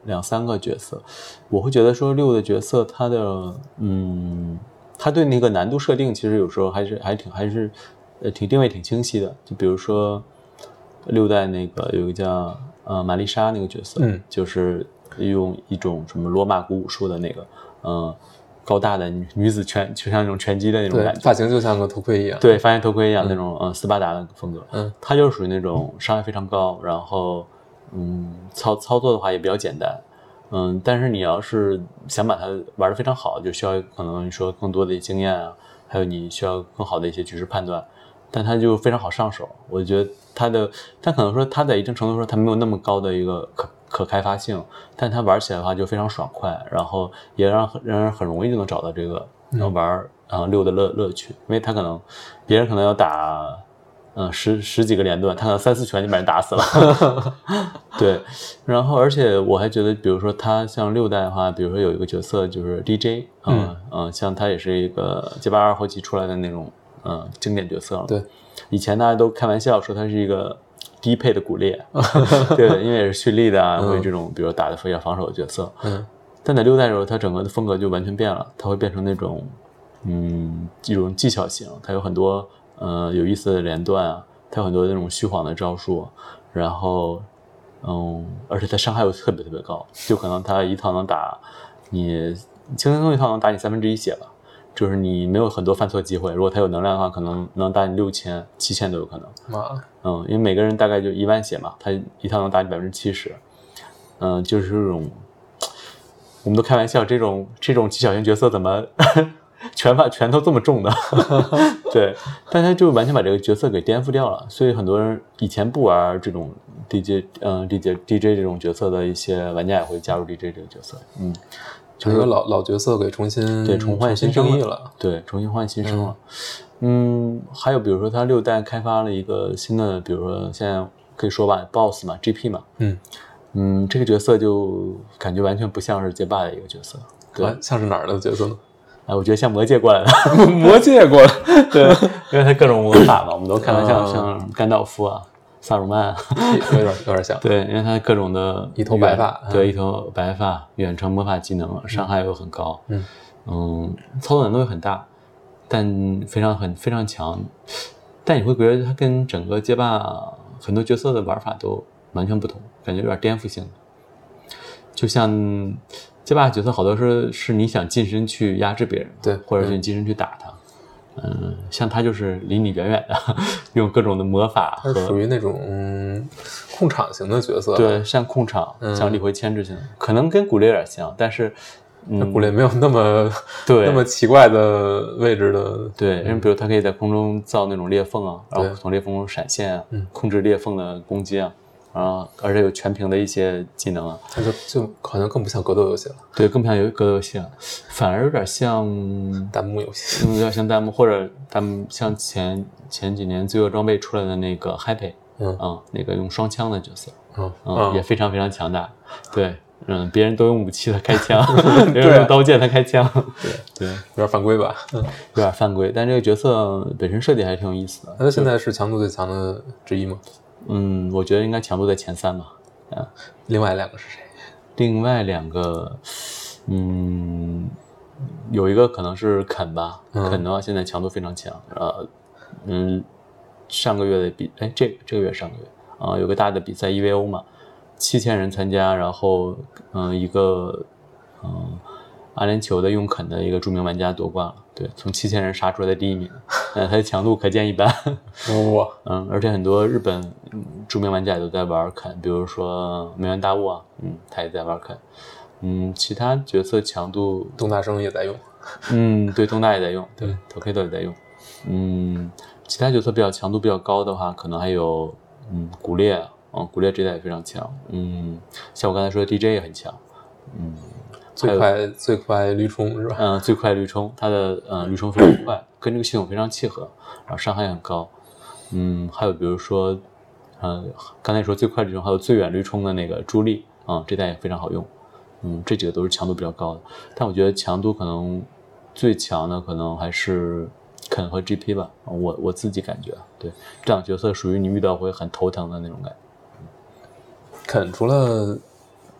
两三个角色，我会觉得说六的角色他的嗯，他对那个难度设定其实有时候还是还挺还是呃挺定位挺清晰的。就比如说六代那个有一个叫呃玛丽莎那个角色， 嗯， 就是用一种什么罗马古武术的那个呃高大的女女子拳，就像那种拳击的那种感觉， 发型就像个头盔一样， 对，发型头盔一样、嗯、那种呃斯巴达的风格。 嗯， 他就是属于那种伤害非常高，然后嗯操操作的话也比较简单，嗯，但是你要是想把它玩得非常好，就需要可能你说更多的经验啊，还有你需要更好的一些局势判断，但它就非常好上手。我觉得它的，但可能说它在一定程度上它没有那么高的一个可可开发性，但它玩起来的话就非常爽快，然后也让让人很容易就能找到这个能玩啊六的乐乐趣，因为他可能别人可能要打嗯十十几个连段，他可能三四拳就把人打死了。对，然后而且我还觉得，比如说他像六代的话，比如说有一个角色就是 D J， 嗯嗯，像他也是一个街霸二后期出来的那种嗯经典角色了。 对， 以前大家都开玩笑说他是一个低配的骨裂，对，因为也是蓄力的啊，或者这种比如打的非常防守的角色。 嗯， 但在六代的时候，他整个的风格就完全变了，他会变成那种嗯一种技巧型，他有很多呃有意思的连段啊，他有很多那种虚晃的招数，然后嗯，而且他伤害又特别特别高，就可能他一套能打你轻轻松一套能打你三分之一血吧。就是你没有很多犯错机会，如果他有能量的话，可能能打你六千、七千都有可能。 啊， 嗯，因为每个人大概就一万血嘛，他一套能打你百分之七十。嗯，就是这种，我们都开玩笑，这种这种技巧型角色怎么拳法拳头这么重的？对，但他就完全把这个角色给颠覆掉了，所以很多人以前不玩这种 D J， 嗯 ，D J D J 这种角色的一些玩家也会加入 D J 这个角色，嗯。 就是把老老角色给重新对重焕新生了， 对，重新换新生了。嗯，嗯还有比如说他六代开发了一个新的，比如说现在可以说吧 ，boss 嘛 ，G P 嘛， 嗯嗯，这个角色就感觉完全不像是街霸的一个角色，对， 啊、像是哪儿的角色呢？ 哎，我觉得像魔界过来的， 魔界过来， 对，因为他各种魔法嘛，我们都开玩笑，像甘道夫啊。萨鲁曼有点有点像， 对，因为他各种的一头白发， 对，一头白发，远程魔法技能，伤害又很高， 嗯嗯，操作难度又很大，但非常很非常强。但你会觉得他跟整个街霸很多角色的玩法都完全不同，感觉有点颠覆性。就像街霸角色好多是是你想近身去压制别人， 对， 或者是你近身去打他。嗯，像他就是离你远远的，用各种的魔法和， 他属于那种、嗯、控场型的角色， 对，像控场， 嗯、 像力回牵制型，可能跟骨裂有点像，但是， 嗯，骨裂没有那么对那么奇怪的位置的， 对，因为比如他可以在空中造那种裂缝啊，然后从裂缝中闪现啊， 嗯、 控制裂缝的攻击啊。啊，而且有全屏的一些技能啊， 它就就好像更不像格斗游戏了， 对，更不像格斗游戏了，反而有点像弹幕游戏， 有点像弹幕，或者弹幕像前前几年罪恶装备出来的那个 Happy， 嗯啊、嗯，那个用双枪的角色， 嗯嗯， 嗯也非常非常强大，对，嗯，别人都用武器他开枪，别人用刀剑他开枪， 对对， 有点犯规吧， 有点犯规，但这个角色本身设计还是挺有意思的。 那他现在是强度最强的之一吗？ 嗯，我觉得应该强度在前三吧。啊， 另外两个是谁？ 另外两个，嗯，有一个可能是肯吧， 嗯、 肯的话现在强度非常强。呃，嗯，上个月的比，哎，这这个月上个月啊、呃，有个大的比赛 E V O 嘛，七千人参加，然后嗯、呃，一个嗯、呃，阿联酋的用肯的一个著名玩家夺冠了。对，从七千人杀出来的第一名，呃，他的强度可见一斑。 哇， 嗯，而且很多日本、嗯、著名玩家也都在玩肯，比如说梅原大悟啊，嗯，他也在玩肯。嗯，其他角色强度， 东大生也在用。 嗯，对，东大也在用，对 ，Tokido 也在用。嗯，其他角色比较强度比较高的话，可能还有嗯骨裂啊，嗯，骨裂这代也非常强。嗯，像我刚才说的 D J 也很强。嗯。 最快最快绿冲是吧？ 嗯，最快绿冲，它的呃绿冲非常快，跟这个系统非常契合，然后伤害很高。嗯，还有比如说，呃，刚才说最快绿冲，还有最远绿冲的那个朱莉啊、嗯，这代也非常好用。嗯，这几个都是强度比较高的，但我觉得强度可能最强的可能还是肯和 G P 吧。我我自己感觉，对，这两角色属于你遇到会很头疼的那种感觉。 肯除了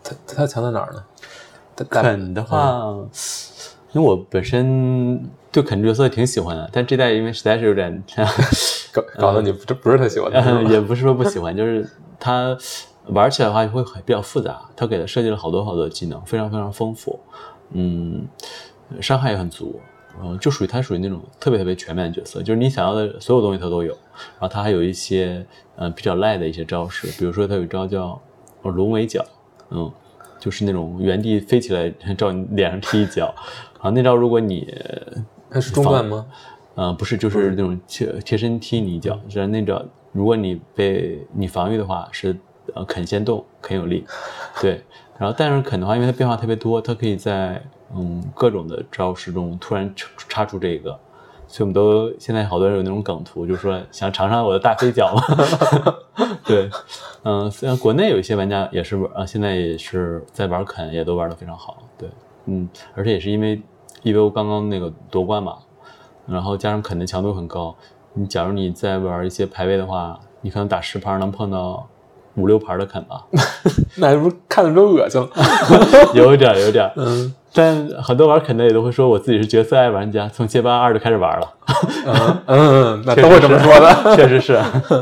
他他强在哪儿呢？ 肯的话、嗯，因为我本身对肯角色挺喜欢的，但这代因为实在是有点搞搞得你不不是特喜欢的、 嗯，也不是说不喜欢，就是他玩起来的话会比较复杂，他给他设计了好多好多技能，非常非常丰富，嗯，伤害也很足。嗯，就属于他属于那种特别特别全面的角色，就是你想要的所有东西他都有。然后他还有一些嗯、呃、比较赖的一些招式，比如说他有一招叫龙尾脚，嗯，就是那种原地飞起来照你脸上踢一脚。然后那招如果你那是中断吗？ 呃，不是，就是那种贴贴身踢你一脚，就是那招如果你被你防御的话是呃肯先动，肯有力，对。然后但是肯的话，因为它变化特别多，它可以在嗯各种的招式中突然插出这个，所以我们都现在好多人有那种梗图，就是说想尝尝我的大飞脚嘛。对，嗯、呃，虽然国内有一些玩家也是啊，现在也是在玩肯，也都玩得非常好。对，嗯，而且也是因为 E V O 刚刚那个夺冠嘛，然后加上肯的强度很高，你假如你在玩一些排位的话，你可能打十盘能碰到五六盘的肯吧。 那还不是看着都恶心了。 有点有点， 嗯， 但很多玩肯的也都会说我自己是角色爱玩家，从街霸二就开始玩了。 嗯嗯，那都会这么说的。 确实是。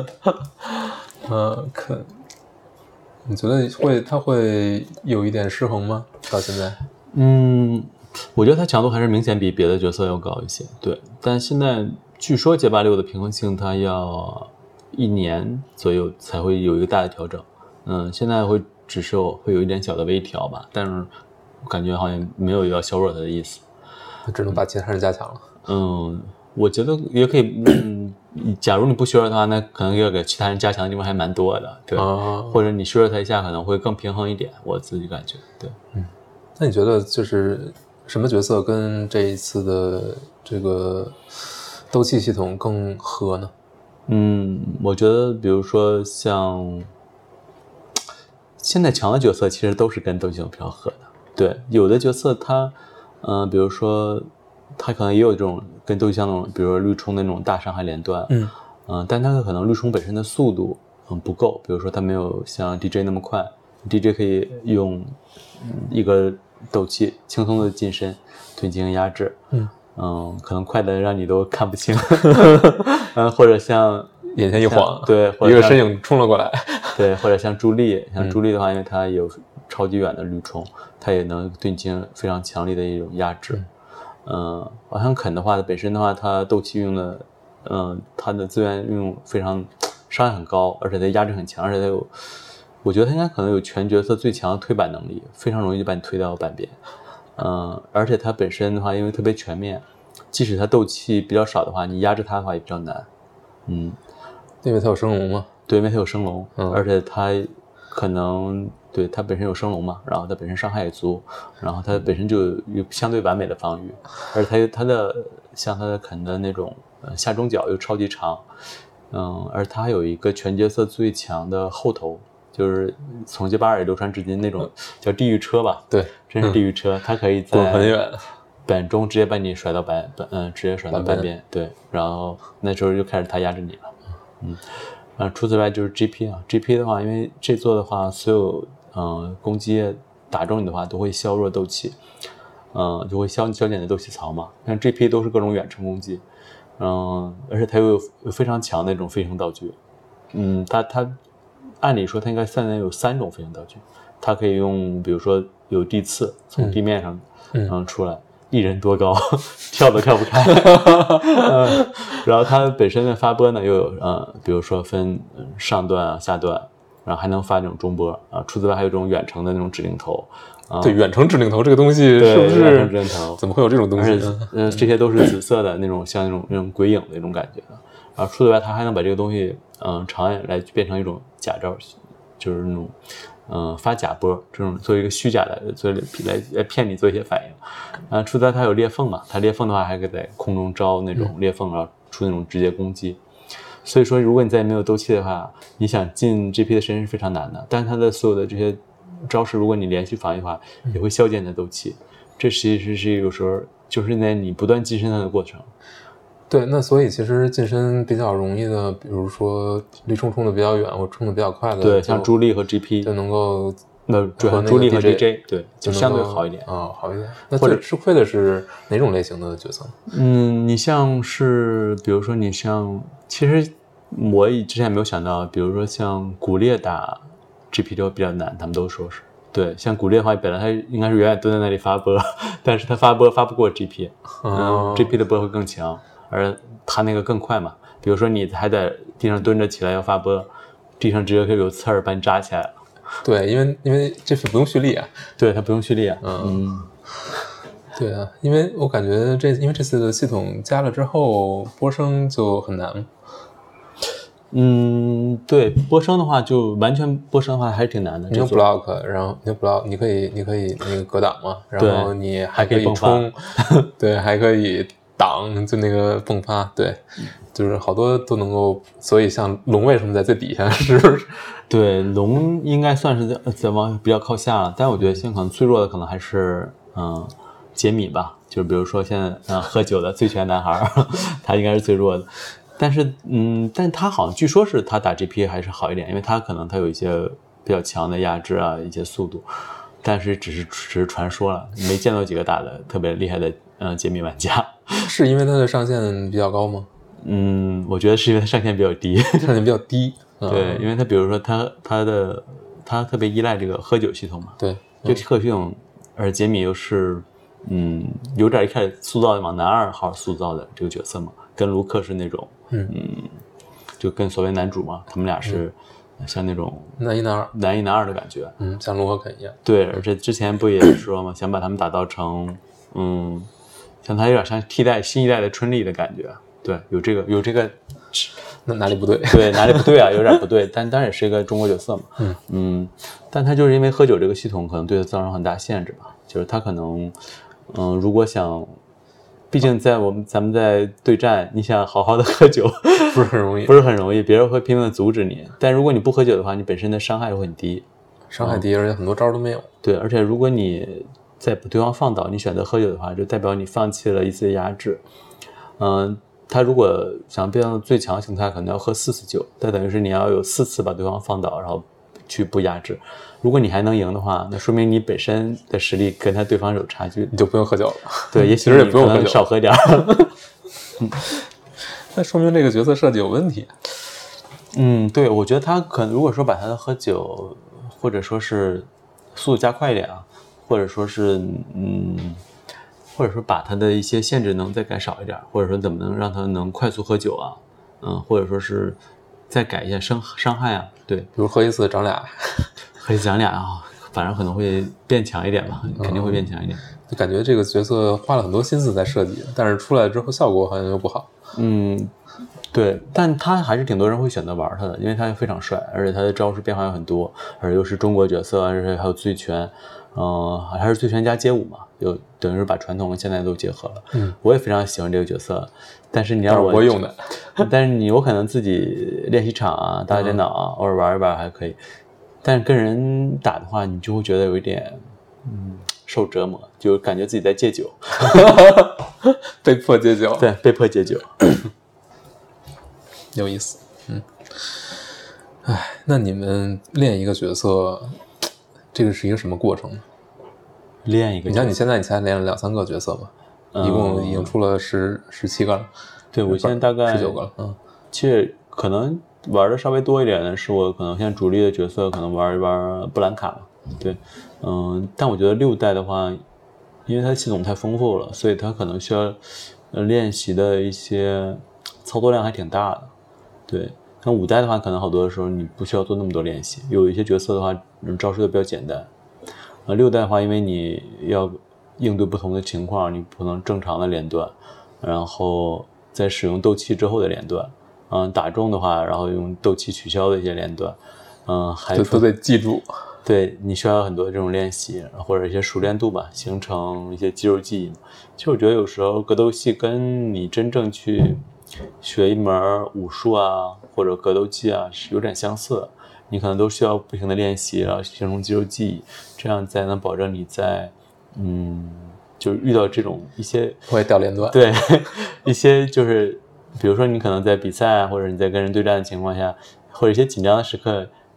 嗯，肯，你觉得会它会有一点失衡吗？到现在？ 嗯，我觉得它强度还是明显比别的角色要高一些。对，但现在据说街霸六的平衡性它要一年左右才会有一个大的调整。嗯，现在会只是会有一点小的微调吧，但是感觉好像没有要削弱它的意思。 它只能把其他人加强了。 嗯，我觉得也可以。嗯，假如你不削弱的话，那可能要给其他人加强的地方还蛮多的。对， 哦、 或者你削弱它一下，可能会更平衡一点。我自己感觉，对， 嗯。那你觉得就是什么角色跟这一次的这个斗气系统更合呢？ 嗯，我觉得比如说像现在强的角色，其实都是跟斗气系统比较合的。对，有的角色他，嗯、呃，比如说他可能也有这种跟斗气相那种，比如说绿冲那种大伤害连段， 嗯嗯、呃，但他可能绿冲本身的速度嗯不够，比如说他没有像 D J 那么快 ，D J 可以用一个斗气轻松的近身对进行压制， 嗯嗯，可能快的让你都看不清，嗯，或者像眼前一晃， 对， 一个身影冲了过来， 对，或者像朱莉，像朱莉的话，因为她有超级远的绿冲，她也能对你进行非常强力的一种压制。嗯，呃，好像肯的话，本身的话，它斗气用的，嗯，它的资源运用非常伤害很高，而且它压制很强，而且它有，我觉得它应该可能有全角色最强的推板能力，非常容易就把你推到板边。嗯，而且它本身的话，因为特别全面，即使它斗气比较少的话，你压制它的话也比较难。嗯， 因为它有升龙吗？ 对，因为它有升龙， 嗯， 而且它可能对它本身有升龙嘛，然后它本身伤害也足，然后它本身就有相对完美的防御，而且它它的像它的肯的那种呃下中脚又超级长，嗯，而它还有一个全角色最强的后头。就是从街霸二也流传至今那种叫地狱车吧， 对， 真是地狱车，嗯，它可以在滚很远， 板中直接把你甩到板板，嗯，直接甩到板边，对，然后那时候就开始它压制你了，嗯，啊，除此之外就是 G P 啊 ，G P 的话，因为这座的话，所有嗯、呃、攻击打中你的话都会削弱斗气，嗯，就会消消减的斗气槽嘛，但 G P 都是各种远程攻击，嗯，而且它又有非常强的那种飞行道具，嗯，它它。按理说它应该现在有三种飞行道具，它可以用比如说有地刺从地面上 嗯, 嗯出来，一人多高跳都跳不开、嗯、然后它本身的发波呢又有呃，比如说分上段啊下段，然后还能发这种中波啊，除此之外还有这种远程的那种指令头、啊、 对，远程指令头这个东西是不是远程指令头怎么会有这种东西呢？ 呃，这些都是紫色的那种像那种那种鬼影的那种感觉的，然后除此之外它还能把这个东西嗯，长远来变成一种假招，就是那种，嗯，发假波，这种做一个虚假的，做来来骗你做一些反应。啊，除此之外它有裂缝嘛，它裂缝的话还可以在空中招那种裂缝，然后出那种直接攻击。所以说，如果你再没有斗气的话，你想进 G P 的身是非常难的。但是它的所有的这些招式，如果你连续防御的话，也会消减你的斗气。这其实是有时候就是在你不断晋升它的过程。 对，那所以其实近身比较容易的，比如说离冲冲的比较远或冲的比较快的， 对，像朱莉和 G P 就能够那主要助力和 D J， 对，就相对好一点。 哦，好一点。那或者吃亏的是哪种类型的角色？ 嗯，你像是，比如说你像，其实我之前没有想到，比如说像骨裂打 G P 就比较难，他们都说是。对，像骨裂的话，本来它应该是永远蹲在那里发波，但是它发波发不过 G P， 嗯 ，G P 的波会更强，而它那个更快嘛。比如说你还在地上蹲着起来要发波，地上直接可以有刺儿把你扎起来了。 对，因为因为这是不用蓄力啊， 对，它不用蓄力啊。 嗯，嗯对啊，因为我感觉这因为这次的系统加了之后，波声就很难。 嗯，对，波声的话就完全波声的话还是挺难的。 你用 block， 然后你用 block， 你可以你可以那个格挡嘛，然后你还可以冲，对，还可以挡，就那个迸发，对，就是好多都能够。所以像龙为什么在最底下？是不是？ 对，龙应该算是在在往比较靠下了，但我觉得现在可能最弱的可能还是嗯杰米吧，就是比如说现在嗯喝酒的醉拳男孩，他应该是最弱的。但是，嗯，但他好像据说是他打 G P 还是好一点，因为他可能他有一些比较强的压制啊，一些速度，但是只是只是传说了，没见到几个打的特别厉害的嗯解密玩家。 是因为他的上限比较高吗？ 嗯，我觉得是因为他上限比较低， 上限比较低。 嗯、对，因为他比如说他他的他特别依赖这个喝酒系统嘛， 对， 这个喝酒系统，而解密又是嗯有点一开始塑造往男二号塑造的这个角色嘛，跟卢克是那种。嗯嗯，就跟所谓男主嘛，他们俩是像那种男一男二、 男一男二的感觉， 嗯，像卢和肯一样。 对，而且之前不也说嘛，想把他们打造成，嗯，像他有点像替代新一代的春丽的感觉，对，有这个有这个， 那哪里不对？ 对，哪里不对啊？有点不对，但当然也是一个中国角色嘛， 嗯嗯，但他就是因为喝酒这个系统可能对他造成很大限制吧，就是他可能，嗯，如果想。毕竟在我们咱们在对战，你想好好的喝酒不是很容易， 不是很容易，别人会拼命的阻止你。但如果你不喝酒的话，你本身的伤害会很低， 伤害低，而且很多招都没有。 对，而且如果你在对方放倒，你选择喝酒的话，就代表你放弃了一次压制。嗯，他如果想变到最强形态，可能要喝四次酒，但等于是你要有四次把对方放倒，然后去不压制。如果你还能赢的话，那说明你本身的实力跟他对方有差距， 你就不用喝酒了。 对，也许也不用喝酒，少喝点。 嗯，那说明这个角色设计有问题。 嗯，对，我觉得他可能如果说把他的喝酒，或者说是速度加快一点啊，或者说是嗯，或者说把他的一些限制能再改少一点，或者说怎么能让他能快速喝酒啊，嗯，或者说是再改一下伤伤害啊，对，比如喝一次长俩。 可以讲俩啊，反正可能会变强一点吧，肯定会变强一点。 就感觉这个角色花了很多心思在设计，但是出来之后效果好像又不好。 嗯，对，但他还是挺多人会选择玩他的，因为他非常帅，而且他的招式变化有很多，而且又是中国角色，而且还有醉拳，嗯、呃，还是醉拳加街舞嘛，就等于是把传统跟现代都结合了。 嗯， 我也非常喜欢这个角色，但是你让我我用的， 但是你我可能自己练习场啊、打打电脑啊，偶尔玩一玩还可以。但是跟人打的话，你就会觉得有一点，嗯，受折磨，就感觉自己在戒酒， 被迫戒酒， 对，被迫戒酒， 有意思，嗯，哎，那你们练一个角色，这个是一个什么过程呢？ 练一个角色， 你像你现在你才练了两三个角色嘛，嗯、一共已经出了十十七个了， 对我现在大概十九个了，嗯， 其实可能。玩的稍微多一点的是我可能现在主力的角色可能玩一玩布兰卡嘛，对，嗯，但我觉得六代的话，因为它系统太丰富了，所以它可能需要呃练习的一些操作量还挺大的，对。像五代的话，可能好多的时候你不需要做那么多练习，有一些角色的话，招式都比较简单。呃，六代的话，因为你要应对不同的情况，你不能正常的连段，然后在使用斗气之后的连段。嗯，打中的话，然后用斗气取消的一些连段，嗯，还都得记住。 对，你需要很多这种练习，或者一些熟练度吧，形成一些肌肉记忆。其实我觉得有时候格斗系跟你真正去学一门武术啊，或者格斗技啊，是有点相似的。你可能都需要不停的练习，然后形成肌肉记忆，这样才能保证你在嗯，就是遇到这种一些不会掉连段， 对，一些就是。比如说你可能在比赛或者你在跟人对战的情况下，或者一些紧张的时刻，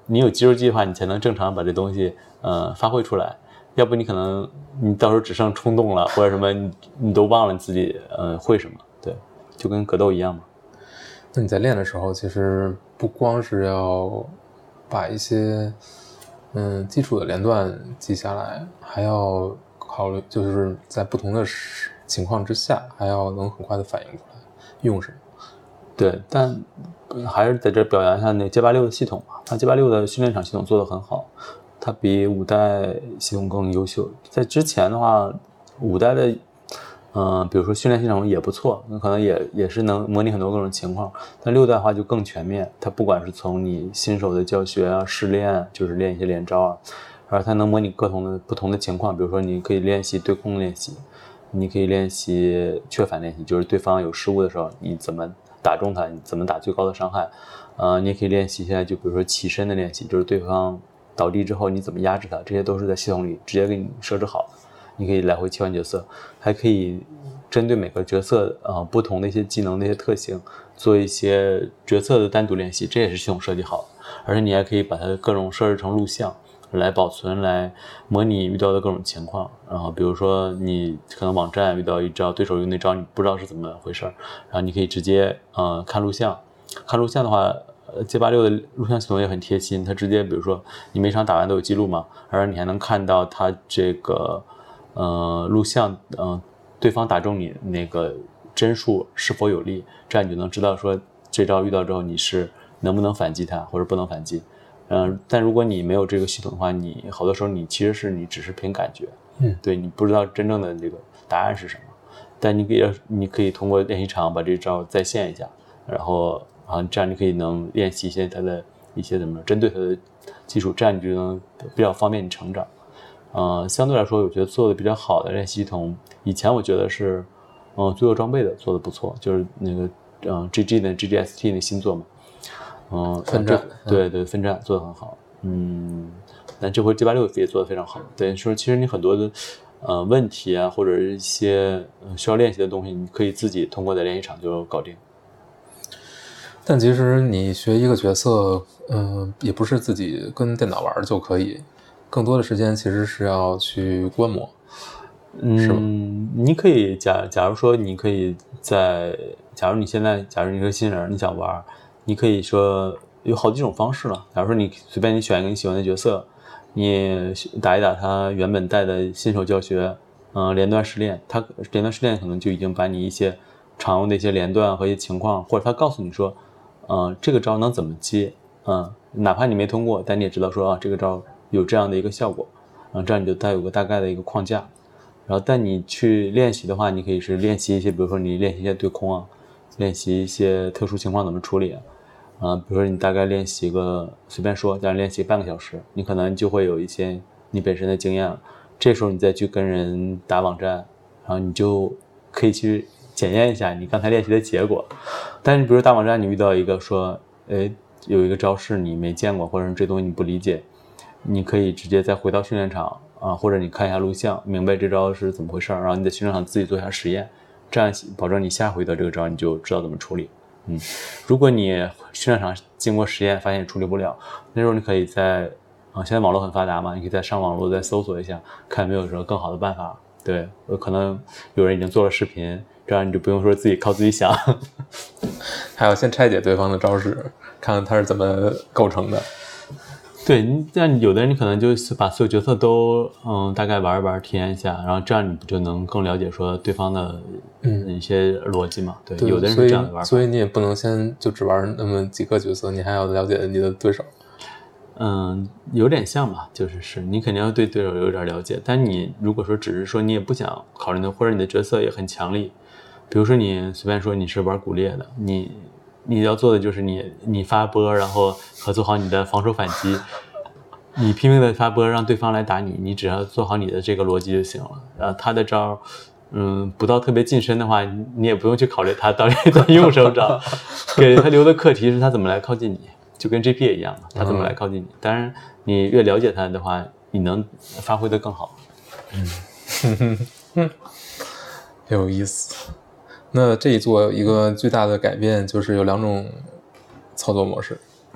你有肌肉记忆的话，你才能正常把这东西呃发挥出来。要不你可能你到时候只剩冲动了，或者什么你你都忘了你自己呃会什么，对，就跟格斗一样嘛。 那你在练的时候，其实不光是要把一些嗯基础的连段记下来，还要考虑就是在不同的情况之下，还要能很快的反应出来用什么。 对，但还是在这表扬一下那 J 八六 的系统嘛，它 J 八六 的训练场系统做得很好。它比五代系统更优秀。在之前的话，五代的，嗯、呃，比如说训练系统也不错，那可能也也是能模拟很多各种情况。但六代的话就更全面，它不管是从你新手的教学啊、试练，就是练一些连招啊，然后它能模拟各种的不同的情况。比如说你可以练习对空练习，你可以练习确反练习，就是对方有失误的时候，你怎么打中他，你怎么打最高的伤害。呃，你也可以练习一下，就比如说起身的练习，就是对方倒地之后你怎么压制它，这些都是在系统里直接给你设置好，你可以来回切换角色，还可以针对每个角色呃不同的一些技能的一些特性做一些角色的单独练习，这也是系统设计好的。而且你还可以把它各种设置成录像来保存，来模拟遇到的各种情况。然后比如说你可能网站遇到一招，对手用那招你不知道是怎么回事，然后你可以直接呃看录像，看录像的话呃 J 八六 的录像系统也很贴心，它直接比如说你每场打完都有记录嘛，而你还能看到它这个呃录像呃对方打中你那个帧数是否有利，这样你就能知道说这招遇到之后你是能不能反击它或者不能反击。嗯、呃，但如果你没有这个系统的话，你好多时候你其实是你只是凭感觉， 嗯， 对，你不知道真正的这个答案是什么，但你可以你可以通过练习场把这招再现一下，然后啊，这样你可以能练习一些它的一些怎么针对它的技术，这样你就能比较方便你成长。呃，相对来说，我觉得做的比较好的练习系统，以前我觉得是，嗯、呃，罪恶装备的做的不错，就是那个嗯、呃、G G 的 G G S T 那新作嘛，嗯、呃， 分站， 对对，分站做的很好，嗯，但这回 G 八六 也做的非常好，等于说其实你很多的呃问题啊，或者是一些、呃、需要练习的东西，你可以自己通过在练习场就搞定。 但其实你学一个角色，嗯、呃，也不是自己跟电脑玩就可以，更多的时间其实是要去观摩，是吗？ 嗯，你可以假假如说你可以在，假如你现在假如你是个新人，你想玩，你可以说有好几种方式了。假如说你随便你选一个你喜欢的角色，你打一打他原本带的新手教学，嗯、呃，连段试练，他连段试练可能就已经把你一些常用的一些连段和一些情况，或者他告诉你说，呃，这个招能怎么接，嗯、呃，哪怕你没通过，但你也知道说啊，这个招有这样的一个效果，然后这样你就带有个大概的一个框架。然后但你去练习的话，你可以是练习一些，比如说你练习一些对空啊，练习一些特殊情况怎么处理啊，呃、比如说你大概练习个随便说，假如练习半个小时，你可能就会有一些你本身的经验了，这时候你再去跟人打网站，然后你就可以去检验一下你刚才练习的结果。但是比如打网站你遇到一个说，哎，有一个招式你没见过，或者是这东西你不理解，你可以直接再回到训练场啊，或者你看一下录像，明白这招是怎么回事，然后你在训练场自己做一下实验，这样保证你下回的这个招你就知道怎么处理。嗯，如果你训练场经过实验发现处理不了，那时候你可以在啊，现在网络很发达嘛，你可以在上网络再搜索一下，看有没有什么更好的办法。对，可能有人已经做了视频，这样你就不用说自己靠自己想， 还要先拆解对方的招式，看看它是怎么构成的。 对，但有的人你可能就把所有角色都嗯大概玩一玩体验一下，然后这样你就能更了解说对方的嗯一些逻辑嘛。对， 对， 有的人是这样的玩法。 所以，所以你也不能先就只玩那么几个角色，你还要了解你的对手。 嗯，有点像吧，就是是你肯定要对对手有点了解，但你如果说只是说你也不想考虑的，或者你的角色也很强力，比如说你随便说你是玩骨裂的，你你要做的就是你你发波，然后和做好你的防守反击，你拼命的发波让对方来打你，你只要做好你的这个逻辑就行了。然后他的招，嗯，不到特别近身的话，你也不用去考虑他到底在用什么招，给他留的课题是他怎么来靠近你。就跟 G P 也一样嘛，他怎么来靠近你？嗯、当然，你越了解他的话，你能发挥得更好。 嗯，有意思。那这一座有一个最大的改变就是有两种操作模式。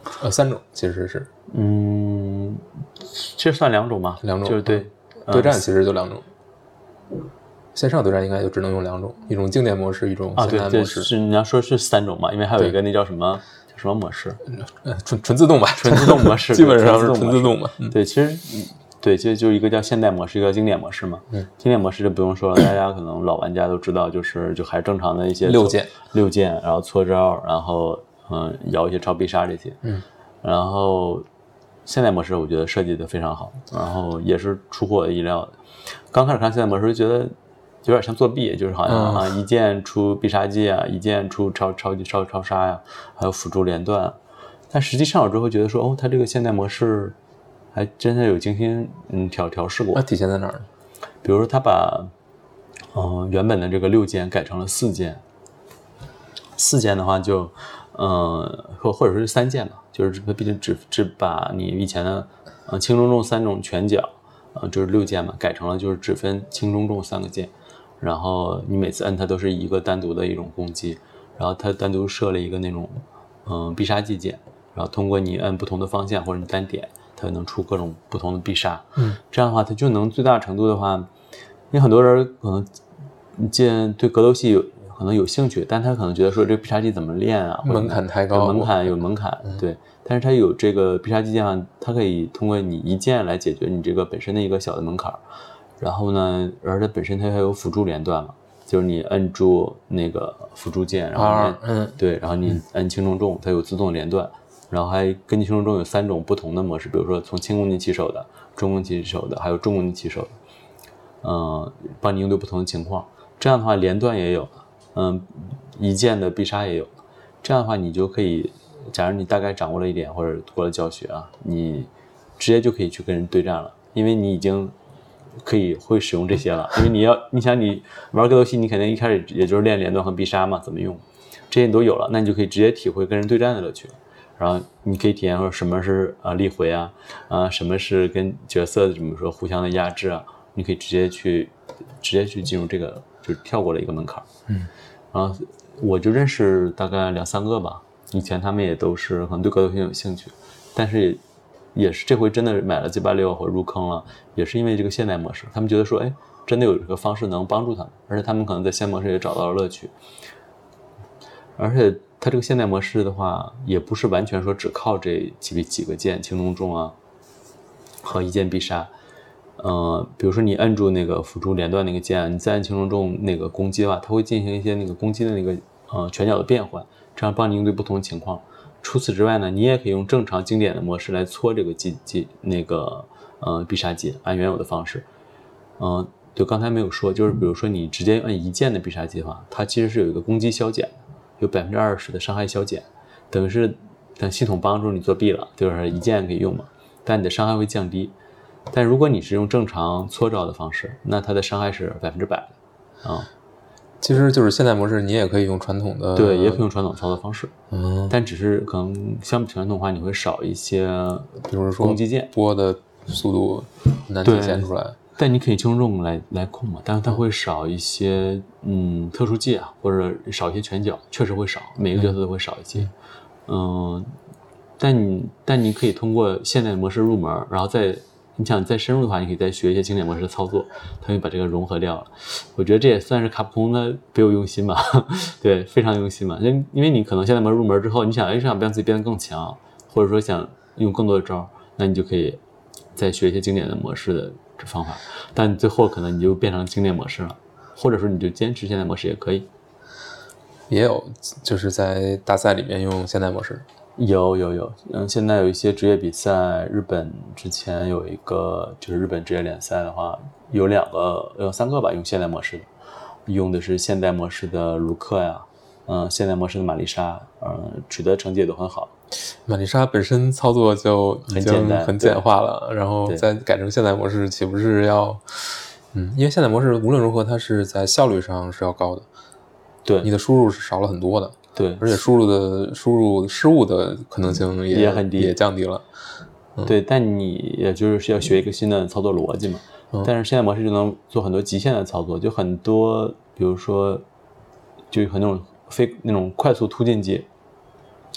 呃，三种其实是， 嗯，这算两种吗？ 两种就是对、 嗯、对战其实就两种。线上对战应该就只能用两种，一种经典模式，一种啊，对对， 现代模式。 是你要说是三种嘛，因为还有一个那叫什么叫什么模式？ 呃，纯纯自动吧， 纯自动模式， 基本上是纯自动嘛。 嗯、对，其实对，就就一个叫现代模式，一个经典模式嘛。 嗯， 经典模式就不用说了，大家可能老玩家都知道，就是就还是正常的一些六键， 六键，然后搓招，然后嗯摇一些超必杀这些。 嗯， 然后现代模式我觉得设计的非常好，然后也是出乎我的意料的。刚开始看现代模式就觉得有点像作弊，就是好像啊、嗯、一键出必杀技啊，一键出超超级超超杀呀，还有辅助连段。但实际上我之后觉得说，哦，它这个现代模式还真的有精心嗯调调试过。 那体现在哪儿呢？ 比如说他把嗯、呃、原本的这个六键改成了四键，四键的话就嗯或或者说是三键吧，就是它毕竟只只把你以前的呃轻中重三种拳脚。呃，就是六键嘛，改成了就是只分轻中重三个键，然后你每次摁它都是一个单独的一种攻击，然后它单独设了一个那种嗯必杀技键，然后通过你摁不同的方向或者你单点，它能出各种不同的必杀。 嗯， 这样的话它就能最大程度的话，因为很多人可能见对格斗系有可能有兴趣，但他可能觉得说这个必杀技怎么练啊， 门槛太高， 门槛有门槛，嗯、对。但是它有这个必杀技键，它可以通过你一键来解决你这个本身的一个小的门槛。然后呢，而它本身它还有辅助连段嘛，就是你摁住那个辅助键，然后你嗯对，然后你摁轻重重，它有自动连段，然后还根据轻重重有三种不同的模式，比如说从轻攻击起手的、中攻击起手的，还有重攻击起手的，嗯，帮你应对不同的情况。这样的话连段也有，嗯，一键的必杀也有，这样的话你就可以。假如你大概掌握了一点，或者过了教学啊，你直接就可以去跟人对战了，因为你已经可以会使用这些了。因为你要，你想你玩格斗系，你肯定一开始也就是练连段和必杀嘛，怎么用，这些你都有了，那你就可以直接体会跟人对战的乐趣了。然后你可以体验说什么是啊立回啊，啊什么是跟角色怎么说互相的压制啊，你可以直接去直接去进入这个，就是跳过了一个门槛。 嗯， 然后我就认识大概两三个吧。以前他们也都是可能对格斗挺有兴趣，但是 也, 也是这回真的买了 G 八十六 或入坑了，也是因为这个现代模式，他们觉得说，哎，真的有这个方式能帮助他们，而且他们可能在现代模式也找到了乐趣。而且它这个现代模式的话，也不是完全说只靠这几几个键轻中重啊和一键必杀。呃，比如说你摁住那个辅助连段那个键，你再按轻中重那个攻击的话，它会进行一些那个攻击的那个呃拳脚的变换。这样帮你应对不同的情况。除此之外呢，你也可以用正常经典的模式来搓这个技技那个呃必杀技，按原有的方式。嗯、呃，对，刚才没有说，就是比如说你直接按一键的必杀技的话，它其实是有一个攻击消减的，有百分之二十的伤害消减，等于是等系统帮助你作弊了，就是一键可以用嘛，但你的伤害会降低。但如果你是用正常搓招的方式，那它的伤害是百分之百的啊。 其实就是现代模式，你也可以用传统的， 对，也可以用传统操作方式， 嗯， 但只是可能相比传统的话，你会少一些， 比如说攻击键拨的速度难体现出来。 但你可以轻重来来控嘛，但是它会少一些，嗯，特殊技啊，或者少一些拳脚，确实会少，每个角色都会少一些，嗯，嗯但你但你可以通过现代模式入门，然后再。你想再深入的话，你可以再学一些经典模式的操作，它会把这个融合掉了。我觉得这也算是卡普空的别有用心吧，对，非常用心嘛。因因为你可能现在门入门之后，你想哎想让自己变得更强，或者说想用更多的招，那你就可以再学一些经典的模式的方法。但最后可能你就变成经典模式了，或者说你就坚持现代模式也可以。 也有就是在大赛里面用现代模式。 有有有，嗯，现在有一些职业比赛，日本之前有一个就是日本职业联赛的话，有两个有三个吧，用现代模式的，用的是现代模式的卢克呀，嗯，现代模式的玛丽莎，嗯，取得成绩也都很好。 玛丽莎本身操作就已经很简化了，然后再改成现代模式，岂不是要，嗯，因为现代模式无论如何它是在效率上是要高的， 对， 你的输入是少了很多的。 对， 而且输入的输入失误的可能性 也, 也很低， 也降低了。 嗯、对，但你也就是要学一个新的操作逻辑嘛。嗯、但是现在模式就能做很多极限的操作，就很多，比如说，就很那种非那种快速突进技，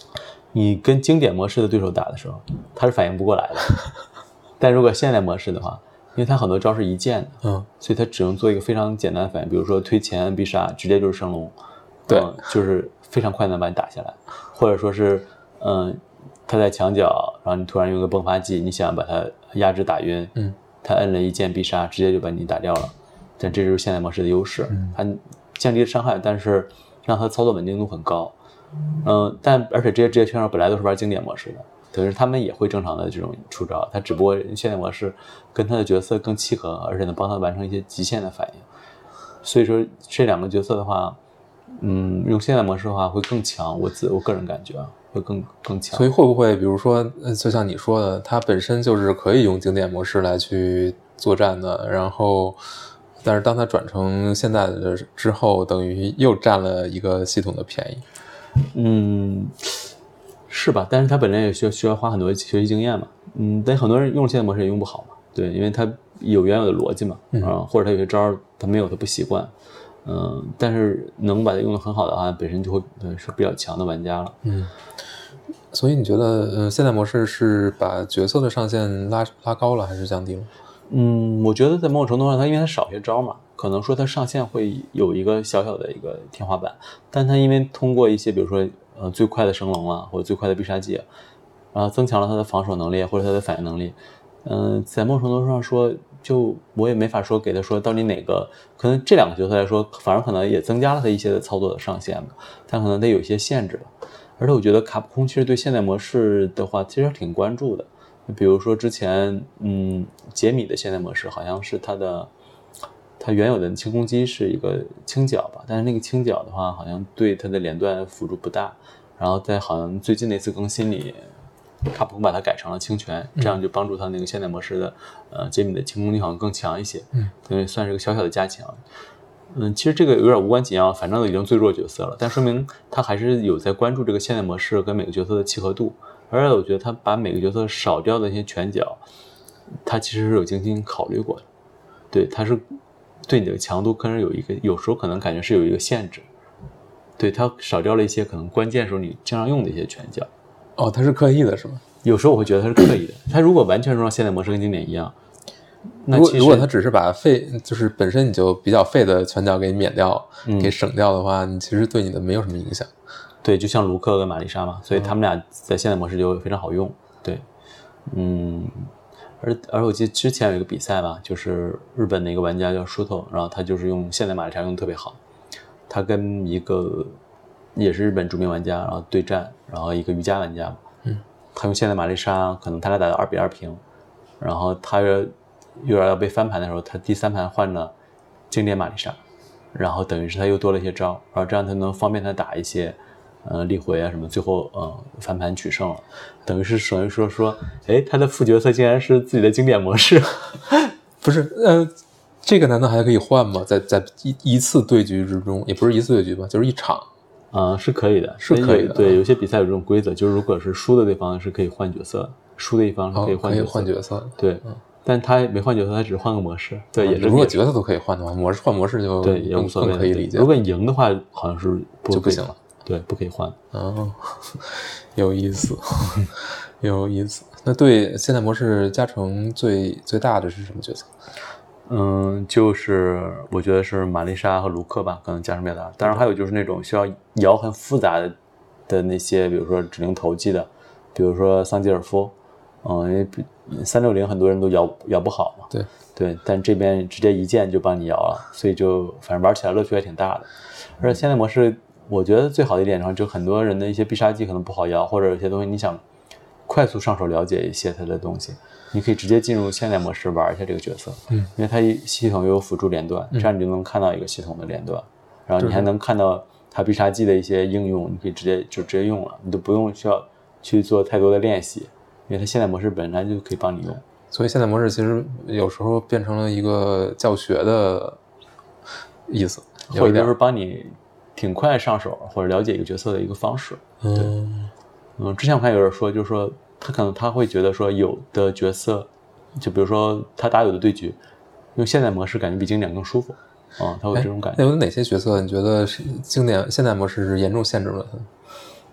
你跟经典模式的对手打的时候，他是反应不过来的。但如果现代模式的话，因为他很多招是一键的， 嗯， 所以他只能做一个非常简单的反应，比如说推前按必杀，直接就是升龙， 对、 嗯，就是非常快能把你打下来，或者说是，嗯，他在墙角，然后你突然用个迸发技，你想把他压制打晕， 嗯， 他摁了一键必杀，直接就把你打掉了。但这就是现代模式的优势， 嗯， 它降低了伤害，但是让它操作稳定度很高。嗯，但而且这些职业选手本来都是玩经典模式的，等于他们也会正常的这种出招，他只不过现代模式跟他的角色更契合，而且能帮他完成一些极限的反应。所以说这两个角色的话，嗯，用现代模式的话会更强，我自我个人感觉啊，会更更强。 所以会不会比如说，就像你说的，它本身就是可以用经典模式来去作战的，然后，但是当它转成现代的之后，等于又占了一个系统的便宜。 嗯，是吧？但是它本来也需要需要花很多学习经验嘛。嗯，但很多人用现代模式也用不好嘛。对，因为它有原有的逻辑嘛， 嗯、 啊，或者它有些招它没有，它不习惯。嗯，但是能把它用得很好的话，本身就会是比较强的玩家了。 嗯，所以你觉得，呃，现代模式是把角色的上限拉拉高了，还是降低了？ 嗯，我觉得在某种程度上，它因为它少些招嘛，可能说它上限会有一个小小的一个天花板，但它因为通过一些比如说呃最快的升龙啊，或者最快的必杀技，然后增强了它的防守能力或者它的反应能力。嗯、呃，在某种程度上说，就我也没法说给他说到底哪个，可能这两个角色来说，反而可能也增加了他一些的操作的上限吧，但可能得有一些限制吧。而且我觉得卡普空其实对现代模式的话，其实挺关注的。比如说之前，嗯，杰米的现代模式好像是他的，他原有的轻攻击是一个轻脚吧，但是那个轻脚的话，好像对他的连段辅助不大。然后在好像最近的一次更新里，卡普空把它改成了轻拳，这样就帮助他那个现代模式的，呃，杰米的轻攻击好像更强一些， 嗯， 所以算是个小小的加强。嗯，其实这个有点无关紧要，反正都已经最弱角色了，但说明他还是有在关注这个现代模式跟每个角色的契合度。而且我觉得他把每个角色少掉的一些拳脚，他其实是有精心考虑过的。对，他是对你的强度可能有一个，有时候可能感觉是有一个限制。对，他少掉了一些可能关键时候你经常用的一些拳脚。 哦，他是刻意的是吗？ 有时候我会觉得他是刻意的。他如果完全让现代模式跟经典一样，那如果如果他只是把废，就是本身你就比较废的拳脚给免掉、嗯、给省掉的话，你其实对你的没有什么影响。 对，就像卢克跟玛丽莎嘛，所以他们俩在现代模式就非常好用。对，嗯，而而我记得之前有一个比赛吧，就是日本的一个玩家叫舒透，然后他就是用现代玛丽莎用的特别好，他跟一个也是日本著名玩家然后对战，然后一个瑜伽玩家， 嗯， 他用现代玛丽莎，可能他俩打到二比二平，然后他有点要被翻盘的时候，他第三盘换了经典玛丽莎，然后等于是他又多了一些招，然后这样他能方便他打一些。呃，立回啊什么，最后呃翻盘取胜了，等于是等于说说，哎，他的副角色竟然是自己的经典模式， 不是？呃，这个难道还可以换吗？在在一一次对局之中，也不是一次对局吧，就是一场， 啊、呃，是可以的， 是可以的。 对，有些比赛有这种规则，就是如果是输的对方是可以换角色，输的一方是可以换角色， 哦、可以换角色， 对。嗯，但他没换角色，他只是换个模式。对，也是。 如果角色都可以换的话，模式换模式就对也无所谓， 可以理解。 如果你赢的话，好像是不就不行了。 对，不可以换。 哦，有意思，有意思。那对现代模式加成最最大的是什么角色？ 嗯，就是我觉得是玛丽莎和卢克吧，可能加成比较大。当然还有就是那种需要摇很复杂的的那些，比如说指令投技的，比如说桑吉尔夫。嗯，因为三六零很多人都摇摇不好嘛。 对对，但这边直接一键就帮你摇了，所以就反正玩起来乐趣还挺大的。而且现代模式。我觉得最好的一点上，就很多人的一些必杀技可能不好摇，或者有些东西你想快速上手了解一些它的东西，你可以直接进入现代模式玩一下这个角色， 嗯， 因为它系统又有辅助连段，这样你就能看到一个系统的连段，嗯、然后你还能看到它必杀技的一些应用，你可以直接就直接用了，你都不用需要去做太多的练习，因为它现代模式本来就可以帮你用。 所以现代模式其实有时候变成了一个教学的意思， 或者就是帮你。挺快上手或者了解一个角色的一个方式。对，嗯，嗯之前我看有人说，就是说他可能他会觉得说有的角色，就比如说他打有的对局，用现代模式感觉比经典更舒服啊、嗯，他有这种感觉。 那有哪些角色你觉得是经典现代模式是严重限制了他？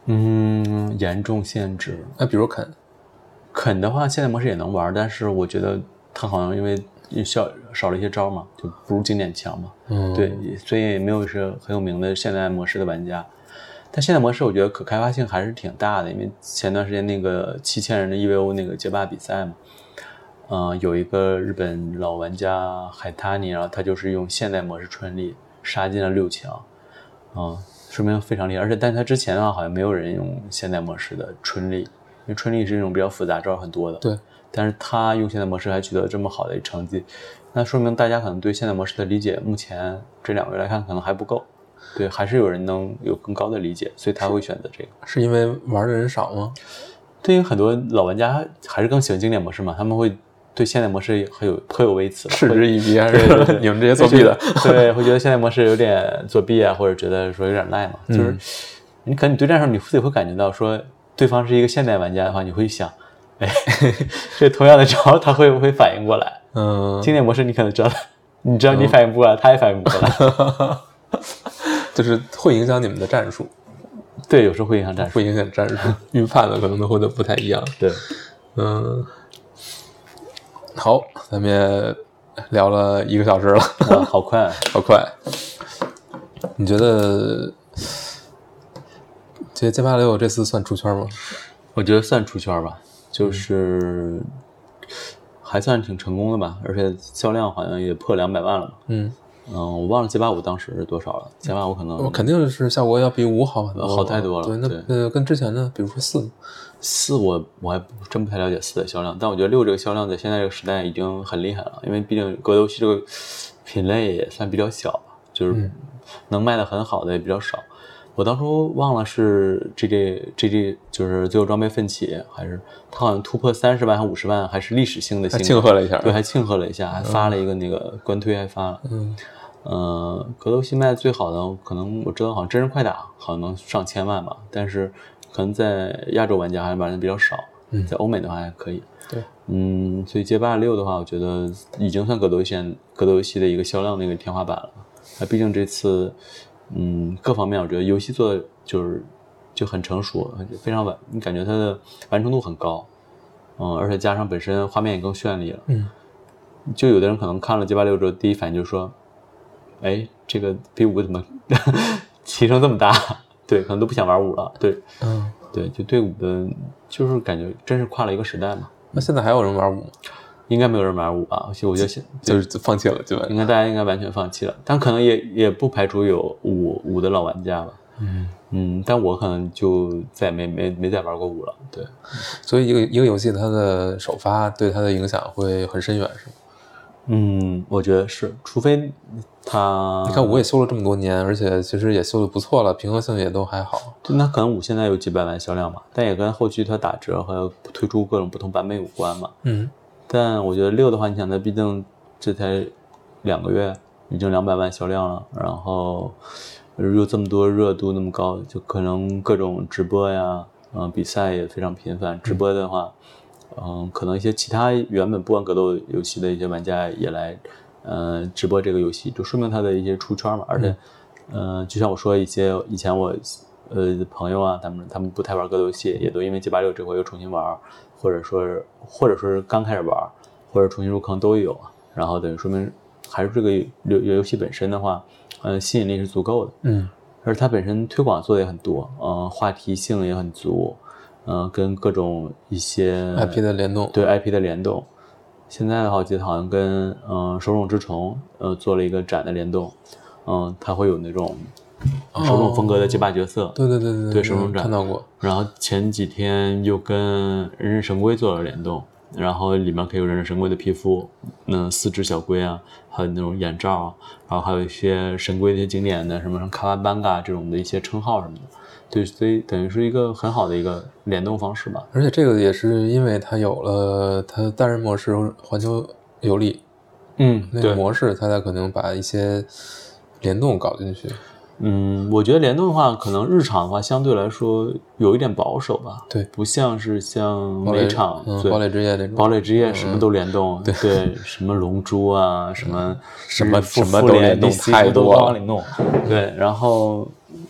嗯，严重限制。 那比如肯， 肯的话，现在模式也能玩，但是我觉得它好像因为少少了一些招嘛，就不如经典强嘛。嗯，对，所以也没有是很有名的现代模式的玩家。但现在模式我觉得可开发性还是挺大的，因为前段时间那个七千人的 E V O 那个街霸比赛嘛，嗯、呃，有一个日本老玩家海塔尼，然后他就是用现代模式春丽杀进了六强，啊、呃，说明非常厉害。而且，但是他之前的话好像没有人用现代模式的春丽，因为春丽是一种比较复杂招很多的。 对， 但是他用现代模式还取得了这么好的一成绩，那说明大家可能对现代模式的理解，目前这两个月来看可能还不够。对，还是有人能有更高的理解，所以他会选择这个。 是因为玩的人少吗？ 对于很多老玩家还是更喜欢经典模式嘛，他们会对现代模式很有颇有微词， 嗤之以鼻，还是你们这些作弊的？ 对，会觉得现代模式有点作弊啊，或者觉得说有点赖嘛。嗯、就是你可能你对战的时候，你自己会感觉到说，对方是一个现代玩家的话，你会想，哎，这同样的招他会不会反应过来？嗯，经典模式你可能知道，你知道你反应不过来，嗯、他也反应不过来。 就是会影响你们的战术， 对，有时候会影响战术， 会影响战术，预判的可能都会不太一样。 对， 嗯，好，咱们也聊了一个小时了， 啊、好快， 好快。你觉得这街霸六这次算出圈吗？ 我觉得算出圈吧，就是还算挺成功的吧，而且销量好像也破两百万了。嗯。嗯，我忘了街霸五当时是多少了。街霸五可能我肯定是效果要比五好很多， 好太多了。 对，那呃跟之前的，比如说四， 四我我还真不太了解四的销量，但我觉得六这个销量在现在这个时代已经很厉害了，因为毕竟格斗游戏这个品类也算比较小吧，就是能卖的很好的也比较少。嗯、我当初忘了是 G G G G 就是最后装备奋起，还是他好像突破三十万还五十万，还是历史性的， 还庆贺了一下， 对，还庆贺了一下，还发了一个那个官推，还发了，嗯。呃，格斗系卖的最好的，可能我知道好像真人快打好像能上千万吧，但是可能在亚洲玩家还玩的比较少，嗯，在欧美的话还可以。 对， 嗯，所以街霸六的话，我觉得已经算格斗线格斗游戏的一个销量那个天花板了。那毕竟这次，嗯，各方面我觉得游戏做的就是就很成熟，非常完，你感觉它的完成度很高，嗯，而且加上本身画面也更绚丽了，嗯，就有的人可能看了街霸六之后，第一反应就是说。哎，这个比五怎么提升这么大？对，可能都不想玩五了。对，嗯，对，就对五的，就是感觉真是跨了一个时代嘛。 那现在还有人玩五吗？ 应该没有人玩五吧？我觉得现就是放弃了，基本应该大家应该完全放弃了，但可能也也不排除有五五的老玩家吧。嗯嗯，但我可能就再没没没再玩过五了。对， 所以一个一个游戏它的首发对它的影响会很深远，是吗？ 嗯，我觉得是，除非他， 你看五也修了这么多年，而且其实也修的不错了，平衡性也都还好。 那可能五现在有几百万销量吧，但也跟后续它打折和推出各种不同版本有关嘛。嗯，但我觉得六的话，你想它毕竟这才两个月，已经两百万销量了，然后又这么多热度那么高，就可能各种直播呀，嗯、呃，比赛也非常频繁。直播的话。嗯，可能一些其他原本不玩格斗游戏的一些玩家也来，呃，直播这个游戏，就说明他的一些出圈嘛。而且，嗯、呃，就像我说，一些以前我，呃，朋友啊，他们他们不太玩格斗游戏，也都因为街霸六这回又重新玩，或者说是，或者说是刚开始玩，或者重新入坑都有。然后等于说明还是这个游游戏本身的话，呃，吸引力是足够的。嗯，而它本身推广做的也很多，嗯、呃，话题性也很足。嗯、呃，跟各种一些 I P 的联动， 对 I P 的联动。现在的话，我记得好像跟嗯、呃、手冢治虫呃做了一个展的联动，嗯、呃，它会有那种手冢风格的街霸角色， 哦、对对对对对手冢展看到过。 然后前几天又跟人人神龟做了联动，然后里面可以有人人神龟的皮肤，嗯，四只小龟啊，还有那种眼罩，然后还有一些神龟的一些经典的什么什么卡瓦班嘎这种的一些称号什么的。对，所以等于是一个很好的一个联动方式吧。 而且这个也是因为它有了它单人模式环球游历， 嗯， 那个模式它才可能把一些联动搞进去。 嗯，我觉得联动的话，可能日常的话相对来说有一点保守吧。 对， 不像是像每场嗯、堡垒之夜那种， 堡垒之夜什么都联动，嗯、对, 对，什么龙珠啊，什么什么什么都联动，太多了。 联动，对，然后。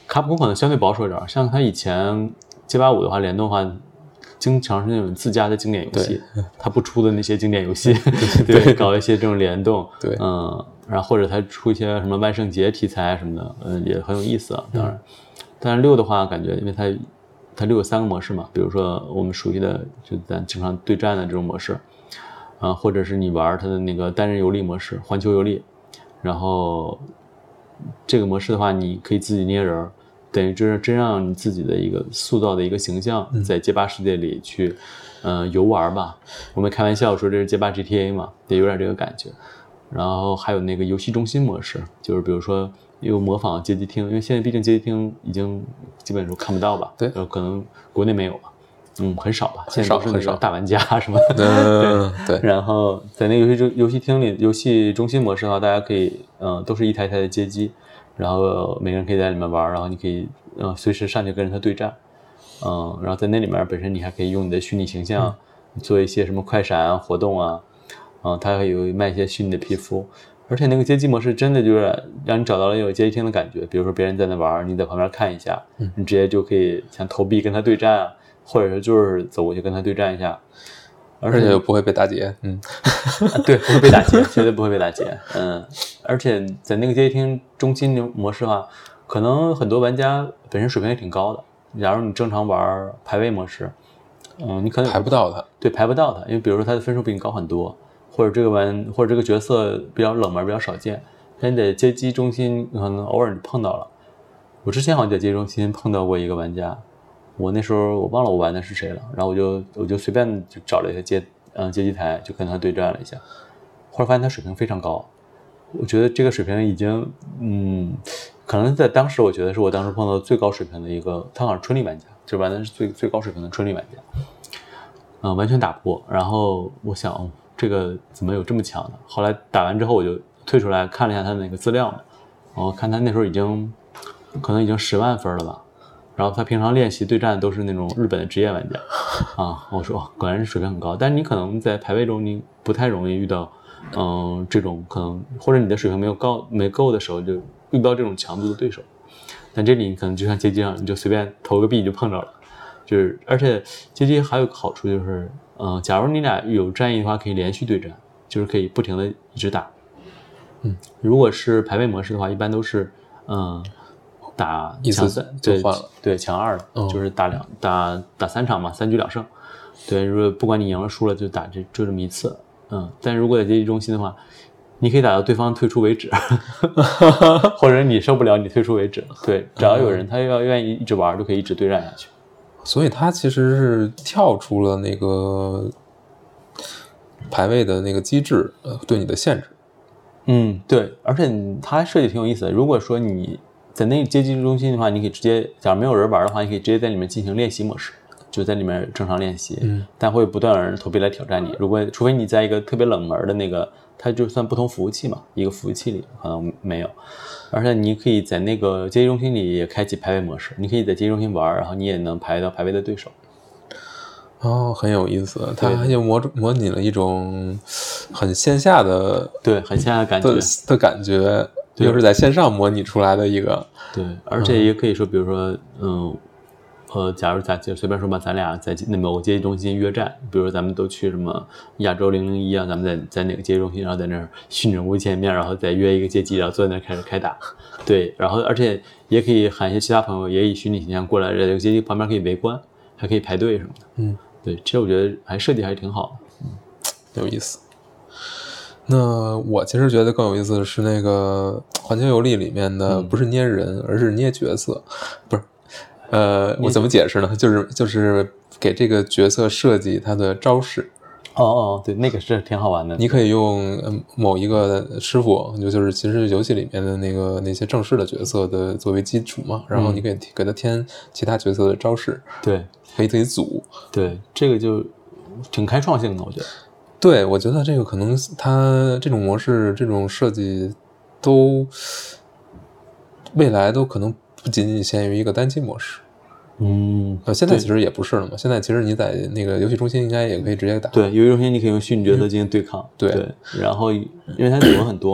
卡普空可能相对保守一点，像他以前街霸五的话，联动的话，经常是那种自家的经典游戏，他不出的那些经典游戏，对, 对，搞一些这种联动， 对， 嗯，然后或者他出一些什么万圣节题材什么的，嗯，也很有意思啊。当然，嗯、但是六的话，感觉因为它它六有三个模式嘛，比如说我们熟悉的就咱经常对战的这种模式，啊，或者是你玩它的那个单人游历模式，环球游历，然后这个模式的话，你可以自己捏人。等于就是真让你自己的一个塑造的一个形象在街霸世界里去，呃，游玩吧。我们开玩笑说这是街霸 G T A 嘛，也有点这个感觉。然后还有那个游戏中心模式，就是比如说又模仿街机厅，因为现在毕竟街机厅已经基本上看不到吧， 对， 可能国内没有吧，嗯，很少吧，现在都是那种大玩家什么的， 嗯，对。 然后在那个游戏中游戏厅里，游戏中心模式的话，大家可以，嗯、呃，都是一台一台的街机。然后每个人可以在里面玩，然后你可以呃随时上去跟着他对战，嗯，然后在那里面本身你还可以用你的虚拟形象做一些什么快闪活动啊，嗯，它还有卖一些虚拟的皮肤，而且那个街机模式真的就是让你找到了有街机厅的感觉，比如说别人在那玩，你在旁边看一下，你直接就可以像投币跟他对战啊，或者是就是走过去跟他对战一下。 而且又不会被打劫，嗯， 啊、对，不会被打劫，绝对不会被打劫，嗯，而且在那个街机厅中心模式的话，可能很多玩家本身水平也挺高的。假如你正常玩排位模式，嗯，你可能排不到他， 对，排不到他，因为比如说他的分数比你高很多，或者这个玩或者这个角色比较冷门，比较少见，但你在街机中心可能偶尔你碰到了。我之前好像在街机中心碰到过一个玩家。我那时候我忘了我玩的是谁了，然后我就我就随便就找了一个街嗯街机台，就跟他对战了一下，后来发现他水平非常高，我觉得这个水平已经嗯，可能在当时我觉得是我当时碰到最高水平的一个，他好像春丽玩家，就玩的是最最高水平的春丽玩家，嗯，完全打不过。然后我想、哦、这个怎么有这么强的？后来打完之后我就退出来看了一下他的那个资料嘛，我看他那时候已经可能已经十万分了吧。然后他平常练习对战都是那种日本的职业玩家啊，我说果然是水平很高，但是你可能在排位中你不太容易遇到，嗯，这种可能或者你的水平没有高没够的时候就遇不到这种强度的对手，但这里你可能就像街机上，你就随便投个币你就碰着了，就是而且街机还有个好处就是，嗯，假如你俩有战役的话可以连续对战，就是可以不停的一直打， 嗯， 如果是排位模式的话，一般都是嗯。打强三对对强二的、哦，就是打两打打三场嘛，三局两胜。对，如果不管你赢了输了，就打这就这么一次。嗯，但如果在街机中心的话，你可以打到对方退出为止，或者你受不了你退出为止。对，只要有人他要愿意一直玩，就可以一直对战下去。 所以他其实是跳出了那个排位的那个机制，呃，对你的限制。 嗯，对，而且他设计挺有意思的。如果说你在那街机中心的话，你可以直接，假如没有人玩的话，你可以直接在里面进行练习模式，就在里面正常练习。嗯，但会不断有人投币来挑战你。如果除非你在一个特别冷门的那个，它就算不同服务器嘛，一个服务器里可能没有。而且你可以在那个街机中心里也开启排位模式，你可以在街机中心玩，然后你也能排到排位的对手。 哦，很有意思，它又模模拟了一种很线下的， 对，很线下的感觉的, 的感觉。又是在线上模拟出来的一个， 对，而且也可以说，比如说，嗯，呃，假如咱就随便说吧，咱俩在那某个街机中心约战，比如说咱们都去什么亚洲零零一啊，咱们在在哪个街机中心，然后在那儿虚拟人物见面，然后再约一个街机，然后坐在那儿开始开打，对，然后而且也可以喊一些其他朋友，也以虚拟形象过来，在这个街机旁边可以围观，还可以排队什么的， 嗯， 对，其实我觉得还设计还是挺好的， 嗯，有意思。那我其实觉得更有意思的是那个环球游历里面的不是捏人、嗯、而是捏角色，不是，呃，我怎么解释呢？就是就是给这个角色设计他的招式。 哦哦，对，那个是挺好玩的。 你可以用某一个师傅，就就是其实游戏里面的那个那些正式的角色的作为基础嘛，然后你可以给他添其他角色的招式， 对， 可以自己组。 对，这个就挺开创性的，我觉得。 对，我觉得这个可能它这种模式这种设计都未来都可能不仅仅限于一个单机模式。 嗯， 呃，现在其实也不是了嘛。现在其实你在那个游戏中心应该也可以直接打。 对，游戏中心你可以用虚拟角色进行对抗。 嗯、对, 对，然后因为它组合很多嘛，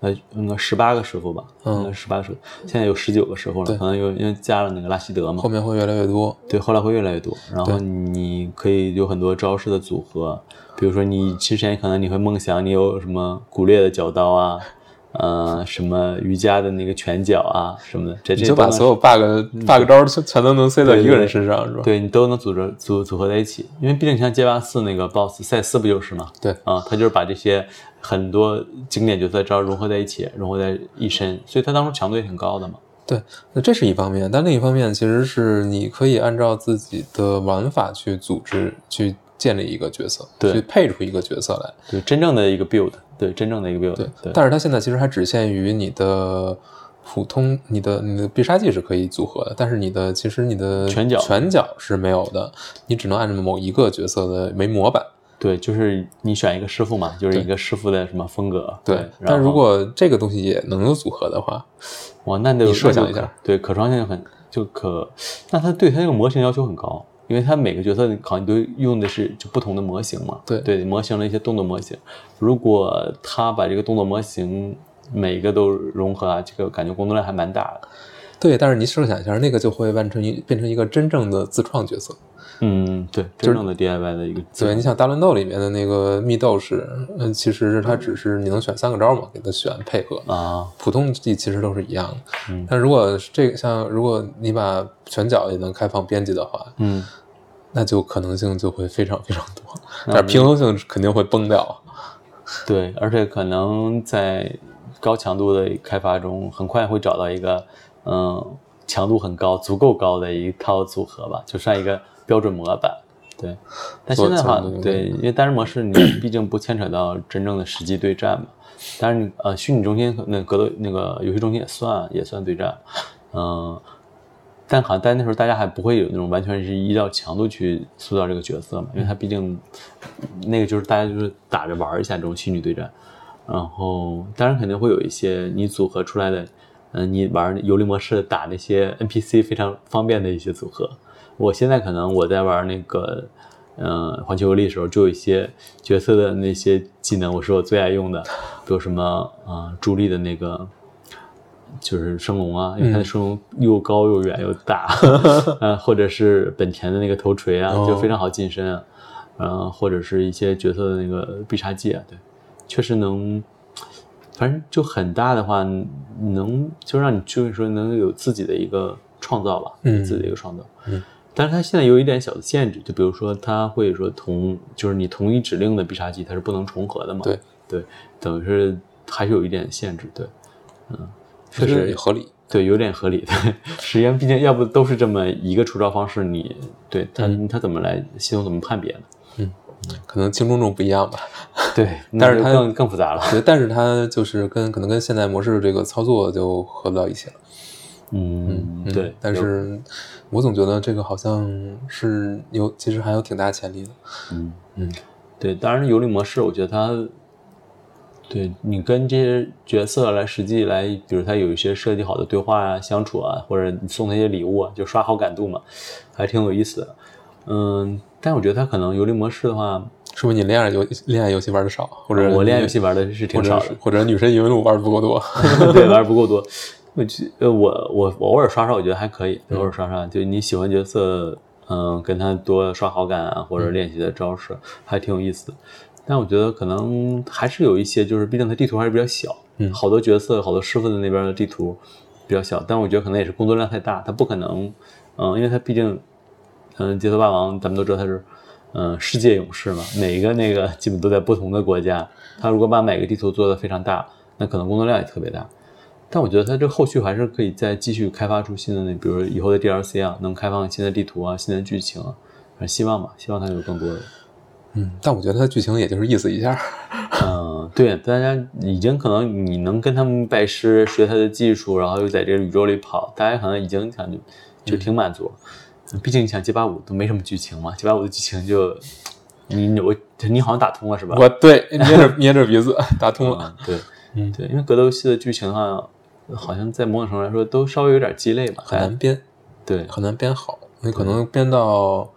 呃，那个十八个师傅吧，嗯，十八个师傅，现在有十九个师傅了，可能有因为加了那个拉希德嘛， 后面会越来越多。 对，后来会越来越多。然后你可以有很多招式的组合，比如说你之前可能你会梦想你有什么骨裂的脚刀啊，呃，什么瑜伽的那个拳脚啊什么的，这你就把所有 bug bug 招全都能塞到一个人身上，是吧？ 对，你都能组织组组合在一起，因为毕竟像街霸四那个 boss 赛斯不就是嘛？ 对啊，他就是把这些很多经典角色招融合在一起，融合在一身，所以他当初强度也挺高的嘛。 对，那这是一方面，但另一方面其实是你可以按照自己的玩法去组织去建立一个角色， 对， 去配出一个角色来， 对，真正的一个 build， 对，真正的一个 build， 对。 对， 但是它现在其实还只限于你的普通，你的你的必杀技是可以组合的，但是你的其实你的拳脚拳脚是没有的，你只能按照某一个角色的为模板。 对，就是你选一个师傅嘛，就是一个师傅的什么风格。 对， 对但如果这个东西也能有组合的话， 哇，那得你设想一下， 对，可创性很就可，那他对他这个模型要求很高，因为他每个角色好像都用的是就不同的模型嘛。 对对，模型的一些动作模型，如果他把这个动作模型每一个都融合啊，这个感觉工作量还蛮大的。 对，但是你设想一下，那个就会变成一变成一个真正的自创角色。 嗯，对，真正的 D I Y 的一个。 对，你想大乱斗里面的那个蜜斗士，嗯，其实它只是你能选三个招嘛，给它选配合啊。 普通技其实都是一样的。 嗯， 但如果这个像如果你把拳脚也能开放编辑的话， 嗯， 那就可能性就会非常非常多，但是平衡性肯定会崩掉。 对，而且可能在高强度的开发中，很快会找到一个嗯强度很高、足够高的一套组合吧，就算一个标准模板。对，但现在的话，对，因为单人模式你毕竟不牵扯到真正的实际对战嘛。当然你呃虚拟中心那格斗那个游戏中心也算也算对战，嗯、呃，但好像在那时候大家还不会有那种完全是依照强度去塑造这个角色嘛，因为它毕竟那个就是大家就是打着玩一下这种虚拟对战。然后当然肯定会有一些你组合出来的，嗯、呃，你玩游离模式打那些 N P C 非常方便的一些组合。我现在可能我在玩那个，呃，环球游历的时候，就有一些角色的那些技能，我是我最爱用的，比如什么啊、呃，朱莉的那个就是升龙啊，因为它的升龙又高又远又大，呃，或者是本田的那个头锤啊，就非常好近身啊，呃，或者是一些角色的那个必杀技啊，对，确实能。反正就很大的话，能就让你就是说能有自己的一个创造吧， 嗯， 自己的一个创造， 嗯。 但是它现在有一点小的限制，就比如说它会说同就是你同一指令的必杀技它是不能重合的嘛？ 对对，等于是还是有一点限制，对，嗯，确实也合理， 对，有点合理，对，实际上毕竟要不都是这么一个出招方式，你对它、嗯、它怎么来系统怎么判别呢？ 嗯，可能轻重重不一样吧。 对， 但是它更更复杂了。 对，但是它就是跟可能跟现在模式这个操作就合不到一起了。 嗯， 嗯， 对。 但是我总觉得这个好像是有，其实还有挺大潜力的。 嗯嗯，对，当然游离模式，我觉得它，对你跟这些角色来实际来，比如它有一些设计好的对话啊、相处啊，或者你送他一些礼物啊，就刷好感度嘛，还挺有意思的。嗯，但我觉得它可能游离模式的话。 是不是你恋爱游恋爱游戏玩的少，或者我恋爱游戏玩的是挺少的， 或者女神异闻录玩的不够多？ 对，玩的不够多。我我我我偶尔刷刷，我觉得还可以，偶尔刷刷。就你喜欢角色，嗯，跟他多刷好感啊，或者练习的招式，还挺有意思的。但我觉得可能还是有一些，就是毕竟它地图还是比较小， 嗯， 好多角色、好多师傅的那边的地图比较小，但我觉得可能也是工作量太大，它不可能，嗯，因为它毕竟，嗯，街头霸王咱们都知道它是。嗯，世界勇士嘛，每一个那个基本都在不同的国家。他如果把每个地图做得非常大，那可能工作量也特别大。但我觉得他这后续还是可以再继续开发出新的那，比如以后的 D L C 啊，能开放新的地图啊、新的剧情啊，反正希望吧，希望它有更多的。 嗯，但我觉得它剧情也就是意思一下。 嗯，对，大家已经可能你能跟他们拜师学他的技术，然后又在这个宇宙里跑，大家可能已经感觉就挺满足。嗯毕竟你想街霸五都没什么剧情嘛，街霸五的剧情就你我你好像打通了是吧？ 我对捏着捏着鼻子打通了， 嗯、对，嗯对，因为格斗游戏的剧情的话，好像在某种程度来说都稍微有点鸡肋吧， 很难编， 对， 很难编好，你可能编到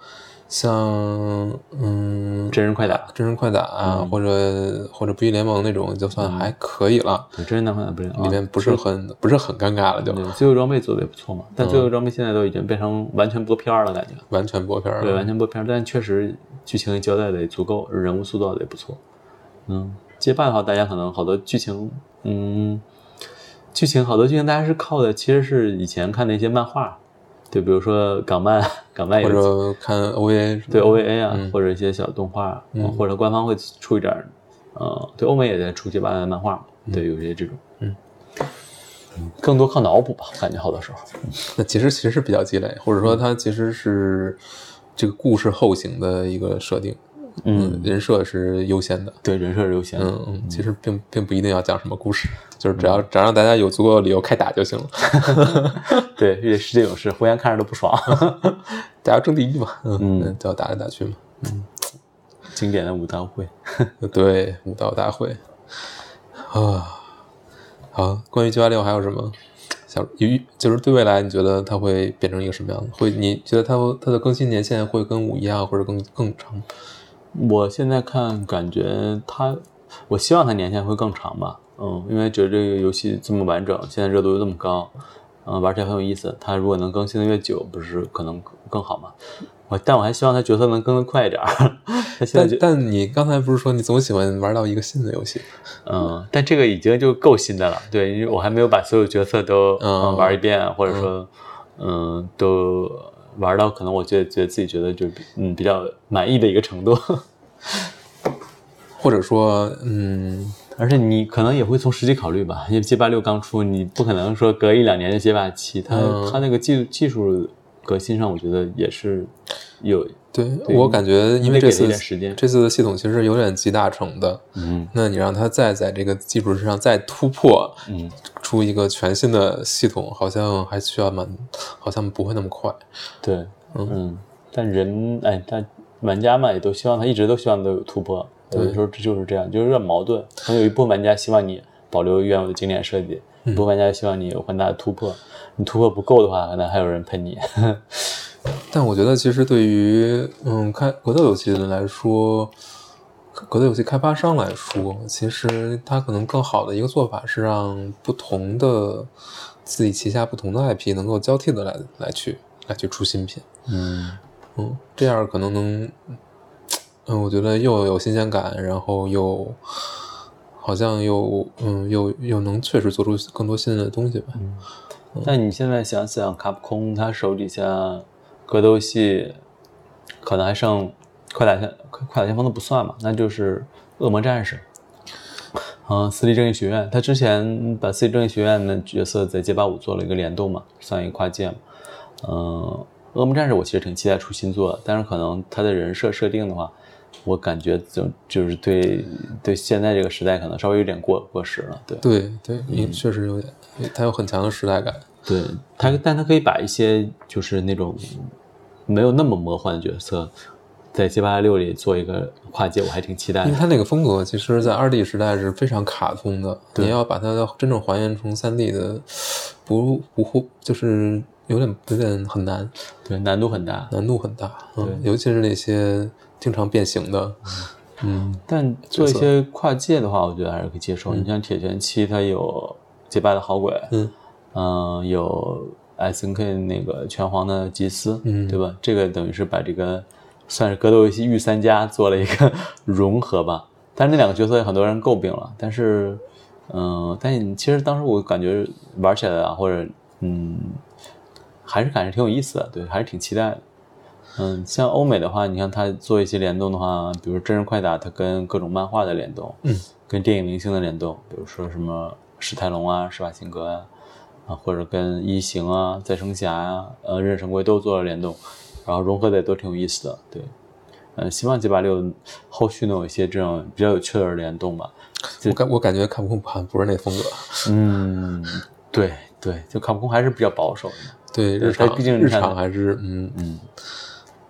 像嗯真人快打、 真人快打啊， 嗯、 或者或者不义联盟那种，就算还可以了。 对，真人快打不是里面不是很、啊、不是很尴尬了就。 对，罪恶装备做的也不错嘛，但罪恶装备现在都已经变成完全播片了，感觉。 完全播片了。 对，完全播片，但确实剧情交代的也足够，人物塑造的也不错。嗯，街霸的话，大家可能好多剧情，嗯，剧情好多剧情大家是靠的，其实是以前看的一些漫画。对，比如说港漫，港漫或者看 O V A， 对 O V A 啊、 嗯， 或者一些小动画， 嗯， 或者官方会出一点，呃，对，欧美也在出街霸的漫画， 嗯、 对，有些这种， 嗯， 更多靠脑补吧，感觉好多时候。 那其实其实是比较积累，或者说它其实是这个故事后行的一个设定。嗯，人设是优先的， 对，人设是优先的。 嗯嗯，其实并并不一定要讲什么故事，就是只要只要让大家有足够的理由开打就行了。 对，这世界勇士互相看着都不爽， 大家争第一嘛， 嗯， 嗯，就要打来打去嘛， 嗯，经典的武道会， 对，武道大会啊。好，关于九八六还有什么想？就是对未来你觉得它会变成一个什么样的？会你觉得它它的更新年限会跟五一样，或者更更长？ 我现在看感觉它，我希望它年限会更长吧，嗯，因为觉得这个游戏这么完整，现在热度又这么高，嗯，玩起来很有意思。它如果能更新的越久，不是可能更好吗？我但我还希望它角色能更得快一点。 但但你刚才不是说你总喜欢玩到一个新的游戏？ 嗯，但这个已经就够新的了。对，因为我还没有把所有角色都、嗯嗯、玩一遍，或者说，嗯，嗯都。玩到可能我觉得觉得自己觉得就嗯比较满意的一个程度， 或者说嗯， 而且你可能也会从实际考虑吧，因为街霸六刚出，你不可能说隔一两年就街霸七，它、嗯、它那个技技术革新上，我觉得也是有。 对, 对我感觉，因为这次时间这次的系统其实有点集大成的， 嗯， 那你让它再在这个基础上再突破， 嗯， 出一个全新的系统，好像还需要蛮，好像不会那么快。 对，嗯，嗯但人哎，但玩家嘛也都希望他一直都希望都有突破，有的时候这就是这样，就是有点矛盾。可能有一部分玩家希望你保留原有的经典设计， 嗯、 一部分玩家希望你有很大的突破。你突破不够的话，可能还有人喷你。 但我觉得，其实对于嗯开格斗游戏的人来说，格斗游戏开发商来说，其实他可能更好的一个做法是让不同的自己旗下不同的 I P 能够交替的来来去来去出新品。 嗯嗯，这样可能能，嗯，我觉得又有新鲜感，然后又好像又嗯又又能确实做出更多新的东西吧。 嗯，但你现在想想，卡普空他手底下。格斗系可能还剩快打先快打先锋都不算嘛，那就是恶魔战士，嗯，私立正义学院。他之前把私立正义学院的角色在街霸五做了一个联动嘛，算一个跨界嘛。嗯，恶魔战士我其实挺期待出新作的，但是可能他的人设设定的话，我感觉就就是对对现在这个时代可能稍微有点过过时了。对对对，嗯，确实有点，他有很强的时代感。 对他，但他可以把一些就是那种没有那么魔幻的角色，在街霸六里做一个跨界，我还挺期待的。 因为他那个风格，其实在二 D 时代是非常卡通的，你要把它真正还原成三 D 的，不不就是有点有点很难， 对，难度很大， 难度很大，嗯，尤其是那些经常变形的，嗯， 但做一些跨界的话，我觉得还是可以接受。嗯、你像铁拳七，它有街霸的好鬼， 嗯。 嗯、呃，有 S N K 那个拳皇的吉斯， 嗯， 对吧？这个等于是把这个算是格斗游戏御三家做了一个融合吧。但是那两个角色很多人诟病了，但是，嗯、呃，但其实当时我感觉玩起来啊，或者嗯，还是感觉挺有意思的，对，还是挺期待的。嗯，像欧美的话，你看他做一些联动的话，比如真人快打，它跟各种漫画的联动， 嗯， 跟电影明星的联动，比如说什么史泰龙啊、施瓦辛格啊。啊，或者跟异形啊、再生侠呀、啊、呃、任神龟都做了联动，然后融合的也都挺有意思的。对，嗯，希望街霸六后续能有一些这种比较有趣的联动吧。 我感我感觉卡普空好像不是那风格。 嗯，对对，就卡普空还是比较保守的。 对，日常毕竟日常还是嗯嗯，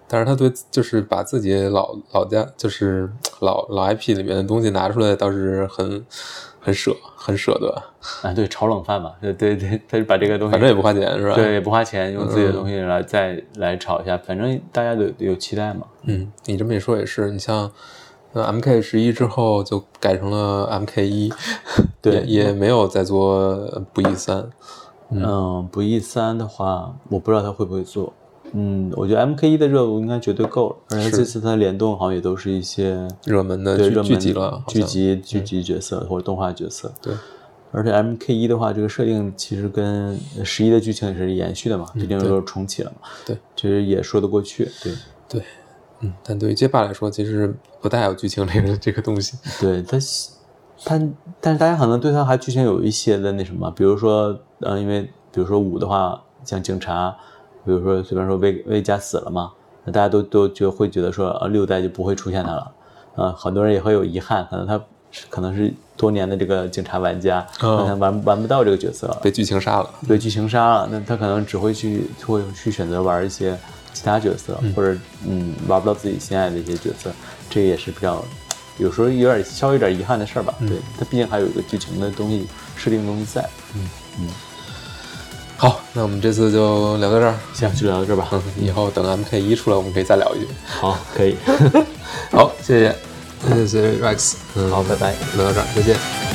但是他对就是把自己老老家就是老老 I P 里面的东西拿出来，倒是很很舍很舍得啊。对，炒冷饭嘛，对对对，他就把这个东西， 反正也不花钱是吧？ 对，也不花钱，用自己的东西来、嗯、再来炒一下，反正大家都有期待嘛。 嗯，你这么一说也是，你像。M K 十一之后就改成了 M K 一， 对， 也也没有再做不义三。 嗯，嗯不义三的话，我不知道他会不会做。嗯，我觉得 M K 一的热度应该绝对够了，而且这次它联动好像也都是一些热门的剧剧集了， 剧集剧集角色、嗯、或者动画角色。 对， 而且 M K 一的话，这个设定其实跟十一的剧情也是延续的嘛，这定都是重启了嘛。 对， 其实也说得过去。对对。嗯，但对于街霸来说，其实不太有剧情这个这个东西。 对，它它，但是大家可能对它还剧情有一些的那什么，比如说，呃，因为比如说五的话，像警察，比如说随便说魏魏家死了嘛，那大家都都就会觉得说，呃，六代就不会出现他了，呃，很多人也会有遗憾，可能他可能是多年的这个警察玩家， 哦、 那他玩玩不到这个角色了， 被剧情杀了， 被剧情杀了，那他可能只会去会去选择玩一些。其他角色、嗯、或者嗯玩不到自己心爱的一些角色，这个也是比较有时候有点稍微有点遗憾的事吧。嗯、对，它毕竟还有一个剧情的东西设定的东西在。 嗯嗯。好，那我们这次就聊到这儿， 行，就聊到这儿吧。 嗯，以后等 M K 一出来，我们可以再聊一句。 好，可以。 好，谢谢，谢谢 Rex。 嗯，好，拜拜， 聊到这儿，再见。